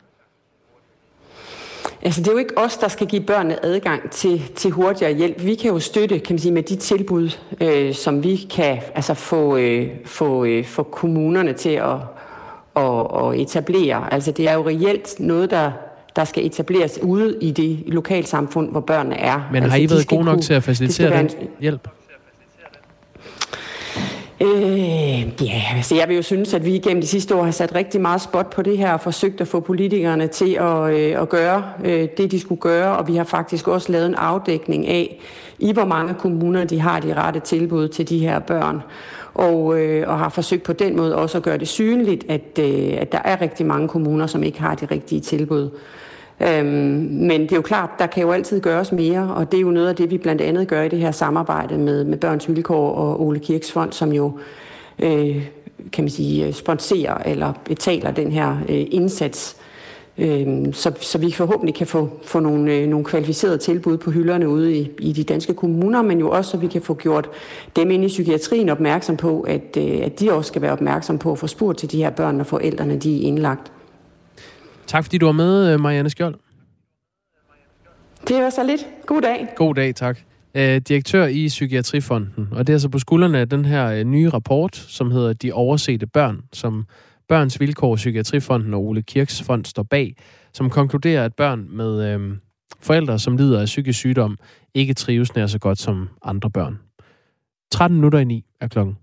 Altså, det er jo ikke os, der skal give børnene adgang til, til hurtigere hjælp. Vi kan jo støtte, kan man sige, med de tilbud, øh, som vi kan altså få, øh, få, øh, få kommunerne til at, at, at etablere. Altså, det er jo reelt noget, der, der skal etableres ude i det lokalsamfund, hvor børnene er. Men har altså, I været gode nok kunne, til at facilitere den en... hjælp? Øh, ja, altså jeg vil jo synes, at vi igennem de sidste år har sat rigtig meget spot på det her og forsøgt at få politikerne til at, øh, at gøre øh, det, de skulle gøre, og vi har faktisk også lavet en afdækning af, i hvor mange kommuner de har de rette tilbud til de her børn, og, øh, og har forsøgt på den måde også at gøre det synligt, at, øh, at der er rigtig mange kommuner, som ikke har de rigtige tilbud. Øhm, men det er jo klart, der kan jo altid gøres mere, og det er jo noget af det, vi blandt andet gør i det her samarbejde med, med Børns Vilkår og Ole Kirks Fond, som jo øh, kan man sige, sponsorer eller betaler den her øh, indsats, øh, så, så vi forhåbentlig kan få, få nogle, øh, nogle kvalificerede tilbud på hylderne ude i, i de danske kommuner, men jo også, så vi kan få gjort dem inde i psykiatrien opmærksom på, at, øh, at de også skal være opmærksom på at få spurgt til de her børn, når forældrene de er indlagt. Tak fordi du var med, Marianne Skjold. Det var så lidt. God dag. God dag, tak. Øh, direktør i Psykiatrifonden, og det er altså på skuldrene af den her øh, nye rapport, som hedder De oversete børn, som Børns Vilkår, Psykiatrifonden og Ole Kirks Fond står bag, som konkluderer, at børn med øh, forældre, som lider af psykisk sygdom, ikke trives nær så godt som andre børn. tretten minutter i ni er klokken.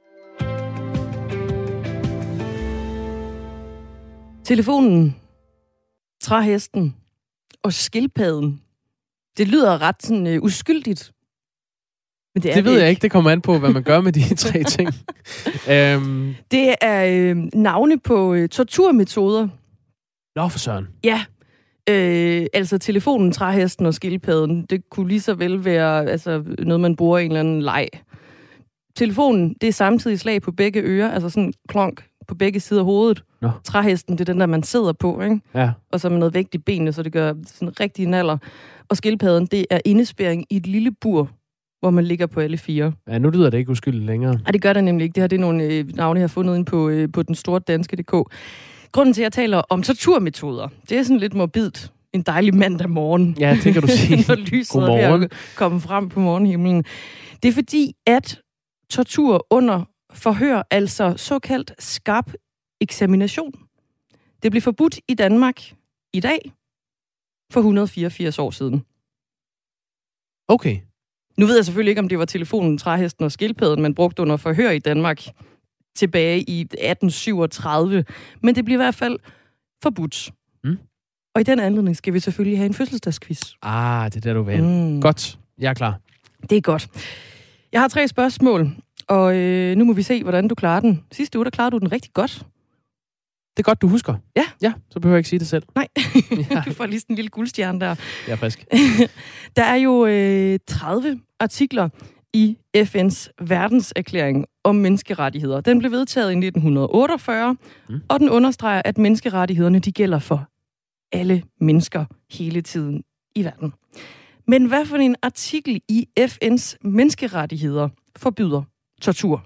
Telefonen, træhesten og skildpadden. Det lyder ret sådan uh, uskyldigt. Men det er det ved det jeg ikke. Det kommer an på, hvad man gør med de tre ting. um... Det er uh, navne på uh, torturmetoder. Nå for søren. Ja. Uh, altså telefonen, træhesten og skildpadden. Det kunne lige så vel være altså, noget, man bruger i en eller anden leg. Telefonen, det er samtidig slag på begge ører. Altså sådan klonk på begge sider af hovedet. Nå. Træhesten, det er den der, man sidder på, ikke? Ja. Og så med noget vægt i benene, så det gør sådan rigtig naller. Og skildpadden, det er indespærring i et lille bur, hvor man ligger på alle fire. Ja, nu lyder det ikke uskyldigt længere. Nej, det gør det nemlig ikke. Det her det er nogle øh, navne, jeg har fundet ind på, øh, på den store danske punktum d k. Grunden til, at jeg taler om torturmetoder, det er sådan lidt morbidt. En dejlig mandag morgen. Ja, det kan du sige. Når lyset er ved at komme frem på morgenhimlen. Det er fordi, at tortur under forhør, altså såkaldt skarp eksamination, det blev forbudt i Danmark i dag for et hundrede og fireogfirs år siden. Okay. Nu ved jeg selvfølgelig ikke, om det var telefonen, træhesten og skildpadden, man brugte under forhør i Danmark tilbage i atten syvogtredive, men det blev i hvert fald forbudt. Mm. Og i den anledning skal vi selvfølgelig have en fødselsdagsquiz. Ah, det er der, du vil. Mm. Godt. Jeg er klar. Det er godt. Jeg har tre spørgsmål, og øh, nu må vi se, hvordan du klarer den. Sidste uge, der klarede du den rigtig godt. Det er godt, du husker. Ja. Ja, så behøver jeg ikke sige det selv. Nej, du får lige sådan en lille guldstjerne der. Jeg er frisk. Der er jo øh, tredive artikler i F N's verdenserklæring om menneskerettigheder. Den blev vedtaget i nitten otteogfyrre, mm. og den understreger, at menneskerettighederne de gælder for alle mennesker hele tiden i verden. Men hvad for en artikel i F N's menneskerettigheder forbyder tortur?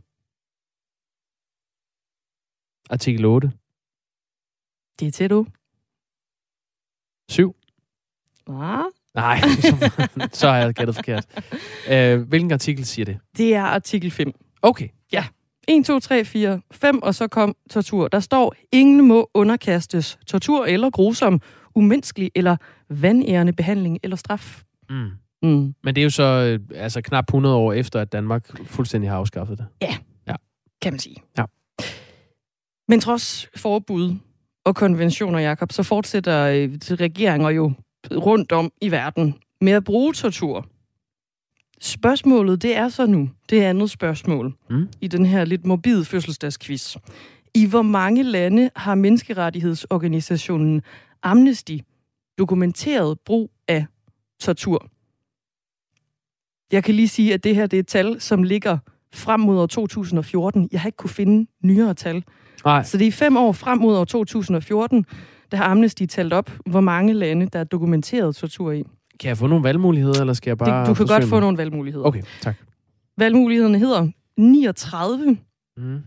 Artikel otte. Det er tæt du. syv. Ah, Nej, så, så har jeg gættet forkert. Øh, hvilken artikel siger det? Det er artikel fem. Okay. Ja. en, to, tre, fire, fem, og så kom tortur. Der står, ingen må underkastes tortur eller grusom, umenneskelig eller vanærende behandling eller straf. Mm. Mm. Men det er jo så øh, altså knap hundrede år efter, at Danmark fuldstændig har afskaffet det. Ja, ja. kan man sige. Ja. Men trods forbud og konventioner, Jakob, så fortsætter øh, regeringer jo rundt om i verden med at bruge tortur. Spørgsmålet, det er så nu, det er andet spørgsmål mm. i den her lidt morbide fødselsdagsquiz. I hvor mange lande har menneskerettighedsorganisationen Amnesty dokumenteret brug af tortur? Jeg kan lige sige, at det her det er et tal, som ligger frem mod år to tusind og fjorten. Jeg har ikke kunne finde nyere tal. Nej. Så det er fem år frem mod år to tusind og fjorten, der har Amnesty talt op, hvor mange lande, der er dokumenteret tortur i. Kan jeg få nogle valgmuligheder, eller skal jeg bare det, Du kan godt få mig? nogle valgmuligheder. Okay, tak. Valgmulighederne hedder niogtredive, mm.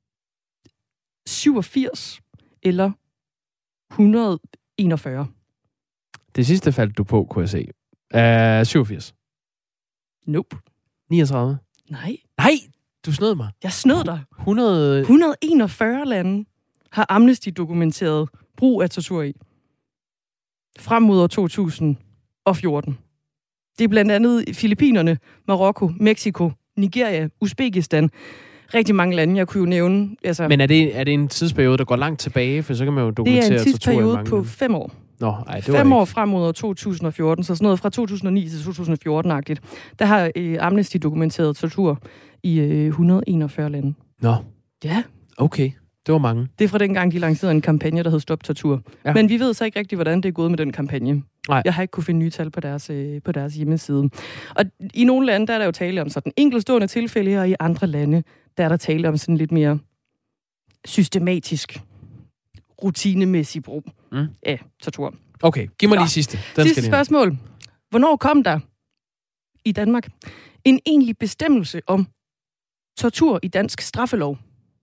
syvogfirs eller et hundrede og enogfyrre. Det sidste faldt du på, kunne jeg se. Uh, syvogfirs. Nope. niogtredive. Nej. Nej, du snød mig. Jeg snød dig. hundrede... et hundrede og enogfyrre lande har Amnesty dokumenteret brug af tortur i. Frem mod år to tusind og fjorten. Det er blandt andet Filippinerne, Marokko, Mexico, Nigeria, Uzbekistan. Rigtig mange lande, jeg kunne jo nævne. Altså, Men er det, er det en tidsperiode, der går langt tilbage? For så kan man jo dokumentere tortur. Det er en tidsperiode på lande. fem år. Nå, ej, det var Fem år ikke. frem mod år to tusind og fjorten, så sådan noget fra to tusind og ni til to tusind og fjorten-agtigt. Der har øh, Amnesty dokumenteret tortur i øh, et hundrede og enogfyrre lande. Nå. Ja. Okay, det var mange. Det er fra dengang, de lancerede en kampagne, der hed Stop Tortur. Ja. Men vi ved så ikke rigtigt, hvordan det er gået med den kampagne. Nej. Jeg har ikke kunne finde nye tal på deres, øh, på deres hjemmeside. Og i nogle lande, der er der jo tale om sådan enkeltstående tilfælde, og i andre lande, der er der tale om sådan lidt mere systematisk, rutinemæssig brug mm. af tortur. Okay, giv mig lige Nå. sidste. Den Sidste spørgsmål. Hvornår kom der i Danmark en egentlig bestemmelse om tortur i dansk straffelov?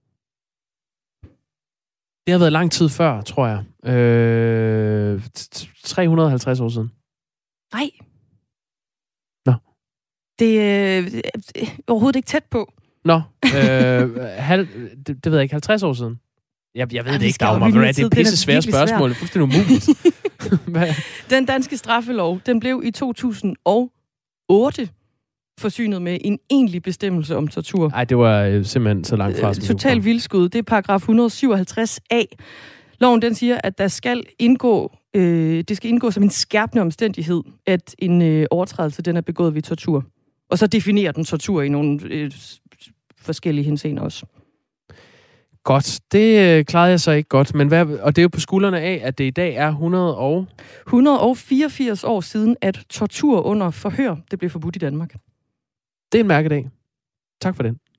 Det har været lang tid før, tror jeg. Øh, tre hundrede og halvtreds år siden. Nej. Nå. Det er øh, overhovedet ikke tæt på. Nå, øh, halv, det, det ved jeg ikke, halvtreds år siden. Jeg, jeg ved Ej, det ikke, Dagmar. Det er et pisse svære spørgsmål. Det er fuldstændig umuligt. Den danske straffelov, den blev i to tusind og otte forsynet med en egentlig bestemmelse om tortur. Nej, det var øh, simpelthen så langt fra. Øh, Total vildskud, det er paragraf et hundrede og syvoghalvtreds a. Loven den siger, at der skal indgå, øh, det skal indgå som en skærpende omstændighed, at en øh, overtrædelse den er begået ved tortur. Og så definerer den tortur i nogle øh, forskellige henseender også. Godt, det øh, klarede jeg så ikke godt, men hvad, og det er jo på skuldrene af, at det i dag er hundrede og... et hundrede og fireogfirs år siden, at tortur under forhør, det blev forbudt i Danmark. Det er en mærkedag. Tak for den.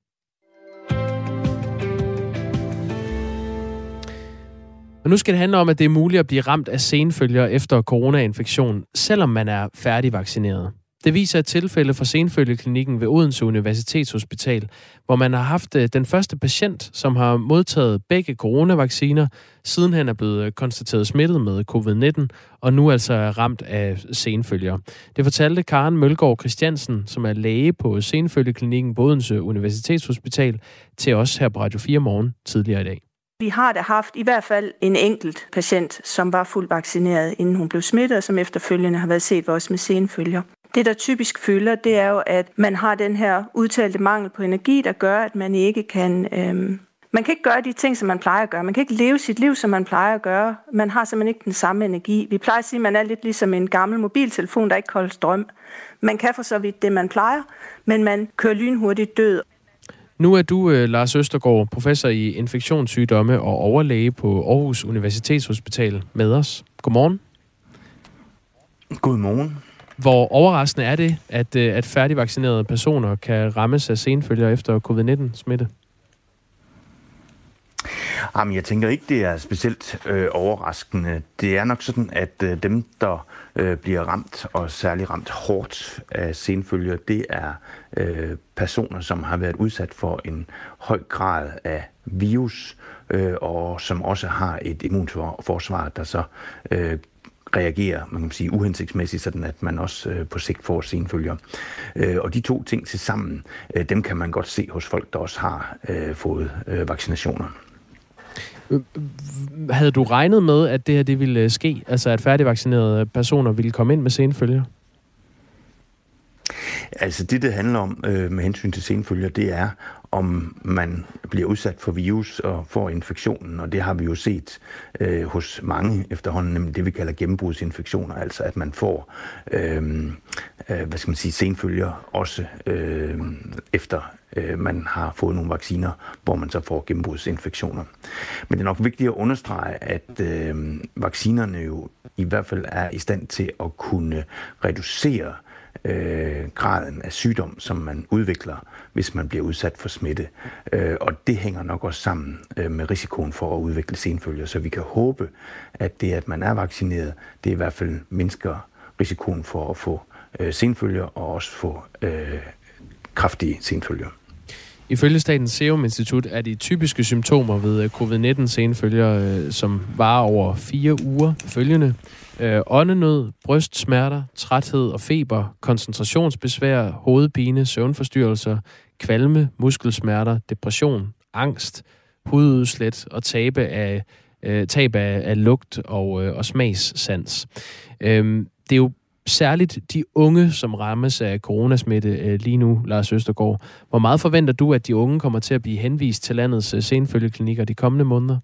Og nu skal det handle om, at det er muligt at blive ramt af senfølger efter coronainfektion, selvom man er færdigvaccineret. Det viser et tilfælde fra senfølgeklinikken ved Odense Universitetshospital, hvor man har haft den første patient, som har modtaget begge coronavacciner, siden han er blevet konstateret smittet med covid nitten, og nu altså er ramt af senfølger. Det fortalte Karen Mølgaard Christiansen, som er læge på senfølgeklinikken på Odense Universitetshospital, til os her på Radio fire Morgen tidligere i dag. Vi har da haft i hvert fald en enkelt patient, som var fuldt vaccineret, inden hun blev smittet, og som efterfølgende har været set også med senfølger. Det, der typisk følger, det er jo, at man har den her udtalte mangel på energi, der gør, at man ikke kan... Øhm, man kan ikke gøre de ting, som man plejer at gøre. Man kan ikke leve sit liv, som man plejer at gøre. Man har simpelthen ikke den samme energi. Vi plejer at sige, at man er lidt ligesom en gammel mobiltelefon, der ikke holder strøm. Man kan for så vidt det, man plejer, men man kører lynhurtigt død. Nu er du, Lars Østergaard, professor i infektionssygdomme og overlæge på Aarhus Universitetshospital med os. Godmorgen. Godmorgen. Hvor overraskende er det, at, at færdigvaccinerede personer kan rammes af senfølger efter covid nitten-smitte? Jamen, jeg tænker ikke, det er specielt øh, overraskende. Det er nok sådan, at øh, dem, der øh, bliver ramt, og særligt ramt hårdt af senfølger, det er øh, personer, som har været udsat for en høj grad af virus, øh, og som også har et immunforsvar, der så øh, reagerer, man kan sige, uhensigtsmæssigt, sådan at man også øh, på sigt får senfølger. Øh, og de to ting til sammen, øh, dem kan man godt se hos folk, der også har øh, fået øh, vaccinationer. Havde du regnet med, at det her det ville ske? Altså at færdigvaccinerede personer ville komme ind med senfølger? Altså det, det handler om øh, med hensyn til senfølger, det er, om man bliver udsat for virus og får infektionen, og det har vi jo set øh, hos mange efterhånden, nemlig det, vi kalder gennembrudsinfektioner, altså at man får øh, øh, hvad skal man sige, senfølger også øh, efter øh, man har fået nogle vacciner, hvor man så får gennembrudsinfektioner. Men det er nok vigtigt at understrege, at øh, vaccinerne jo i hvert fald er i stand til at kunne reducere Øh, graden af sygdom, som man udvikler, hvis man bliver udsat for smitte. Øh, og det hænger nok også sammen øh, med risikoen for at udvikle senfølger. Så vi kan håbe, at det, at man er vaccineret, det i hvert fald mindsker risikoen for at få øh, senfølger og også få øh, kraftige senfølger. Ifølge Statens Serum Institut er de typiske symptomer ved covid nitten senfølger, øh, som varer over fire uger følgende. Øh, åndenød, brystsmerter, træthed og feber, koncentrationsbesvær, hovedpine, søvnforstyrrelser, kvalme, muskelsmerter, depression, angst, hududslæt og tabe af, øh, tab af, af lugt og, øh, og smagssans. Øh, det er jo særligt de unge, som rammes af coronasmitte øh, lige nu, Lars Østergaard. Hvor meget forventer du, at de unge kommer til at blive henvist til landets øh, senfølgeklinikker de kommende måneder?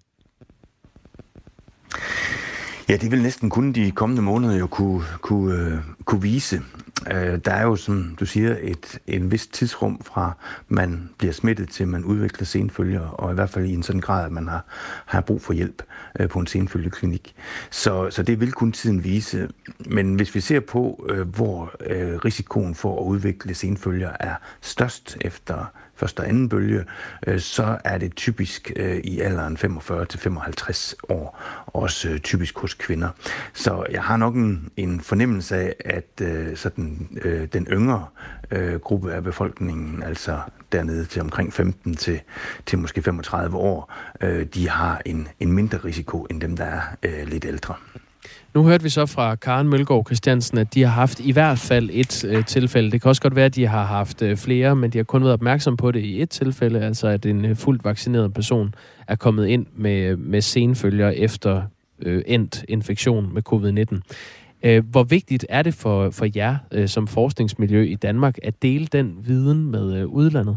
Ja, det vil næsten kun de kommende måneder jo kunne, kunne, øh, kunne vise. Øh, der er jo, som du siger, et en vis tidsrum fra man bliver smittet til man udvikler senfølger, og i hvert fald i en sådan grad, at man har, har brug for hjælp øh, på en senfølgeklinik. Så, så det vil kun tiden vise. Men hvis vi ser på, øh, hvor øh, risikoen for at udvikle senfølger er størst efter første og anden bølge, øh, så er det typisk øh, i alderen femogfyrre til femoghalvtreds år, også øh, typisk hos kvinder. Så jeg har nok en, en fornemmelse af, at øh, sådan, øh, den yngre øh, gruppe af befolkningen, altså dernede til omkring femten til, til måske femogtredive år, øh, de har en, en mindre risiko end dem, der er øh, lidt ældre. Nu hørte vi så fra Karen Mølgaard Christiansen, at de har haft i hvert fald et øh, tilfælde. Det kan også godt være, at de har haft øh, flere, men de har kun været opmærksom på det i et tilfælde, altså at en øh, fuldt vaccineret person er kommet ind med, med senfølger efter øh, endt infektion med covid nitten. Øh, hvor vigtigt er det for, for jer øh, som forskningsmiljø i Danmark at dele den viden med øh, udlandet?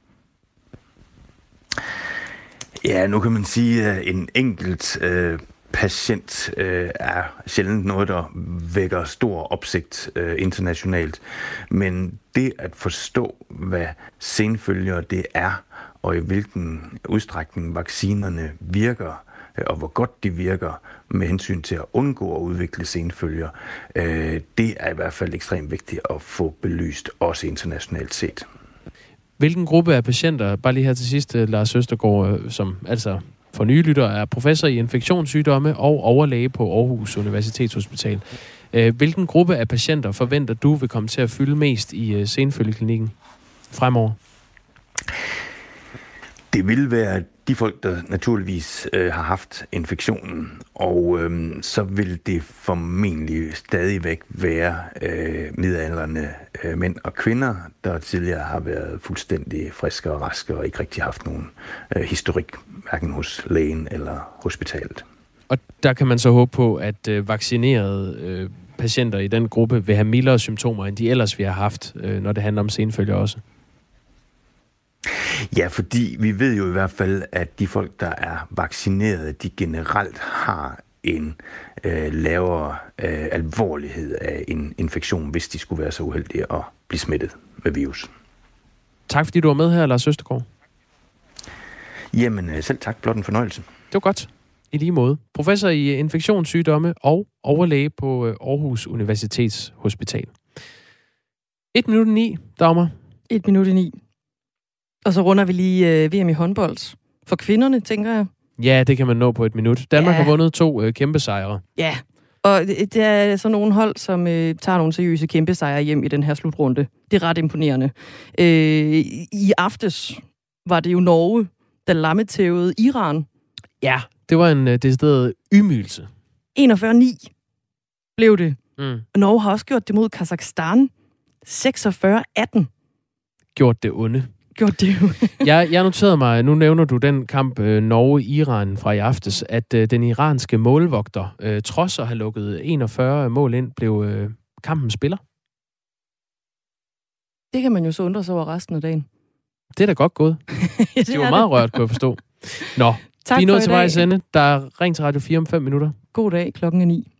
Ja, nu kan man sige, at en enkelt øh, patient øh, er sjældent noget, der vækker stor opsigt øh, internationalt. Men det at forstå, hvad senfølger det er, og i hvilken udstrækning vaccinerne virker, øh, og hvor godt de virker med hensyn til at undgå at udvikle senfølger, øh, det er i hvert fald ekstremt vigtigt at få belyst, også internationalt set. Hvilken gruppe af patienter, bare lige her til sidst, Lars Østergaard, som altså for nye lyttere er professor i infektionssygdomme og overlæge på Aarhus Universitetshospital. Hvilken gruppe af patienter forventer du vil komme til at fylde mest i senfølgeklinikken fremover? Det vil være de folk, der naturligvis øh, har haft infektionen, og øh, så vil det formentlig stadigvæk være øh, midaldrende øh, mænd og kvinder, der tidligere har været fuldstændig friske og raske og ikke rigtig haft nogen øh, historik, hverken hos lægen eller hospitalet. Og der kan man så håbe på, at øh, vaccinerede øh, patienter i den gruppe vil have mildere symptomer, end de ellers vi har haft, øh, når det handler om senfølger også. Ja, fordi vi ved jo i hvert fald, at de folk, der er vaccineret, de generelt har en øh, lavere øh, alvorlighed af en infektion, hvis de skulle være så uheldige at blive smittet med virus. Tak fordi du var med her, Lars Østergaard. Jamen selv tak, blot en fornøjelse. Det var godt. I lige måde. Professor i infektionssygdomme og overlæge på Aarhus Universitetshospital. Et minut i ni, Dagmar. Et minut i ni. Og så runder vi lige øh, V M i håndbold. For kvinderne, tænker jeg. Ja, det kan man nå på et minut. Danmark ja. har vundet to øh, kæmpe sejre. Ja, og det, det er så nogle hold, som øh, tager nogle seriøse kæmpe sejre hjem i den her slutrunde. Det er ret imponerende. Øh, I aftes var det jo Norge, der lammetævede Iran. Ja, det var en øh, decideret ydmygelse. enogfyrre ni. blev det. Mm. Norge har også gjort det mod Kazakhstan. seksogfyrre atten. Gjort det onde. Gjort det jo. jeg, jeg noterede mig, nu nævner du den kamp øh, Norge-Iran fra i aftes, at øh, den iranske målvogter, øh, trods at have lukket enogfyrre mål ind, blev øh, kampens spiller. Det kan man jo så undre sig over resten af dagen. Det er da godt gået. ja, det, det var meget det. Rørt, kunne jeg forstå. Nå, tak vi er nået til dag. vejs ende. Der er ring til Radio fire om fem minutter. God dag, klokken er ni.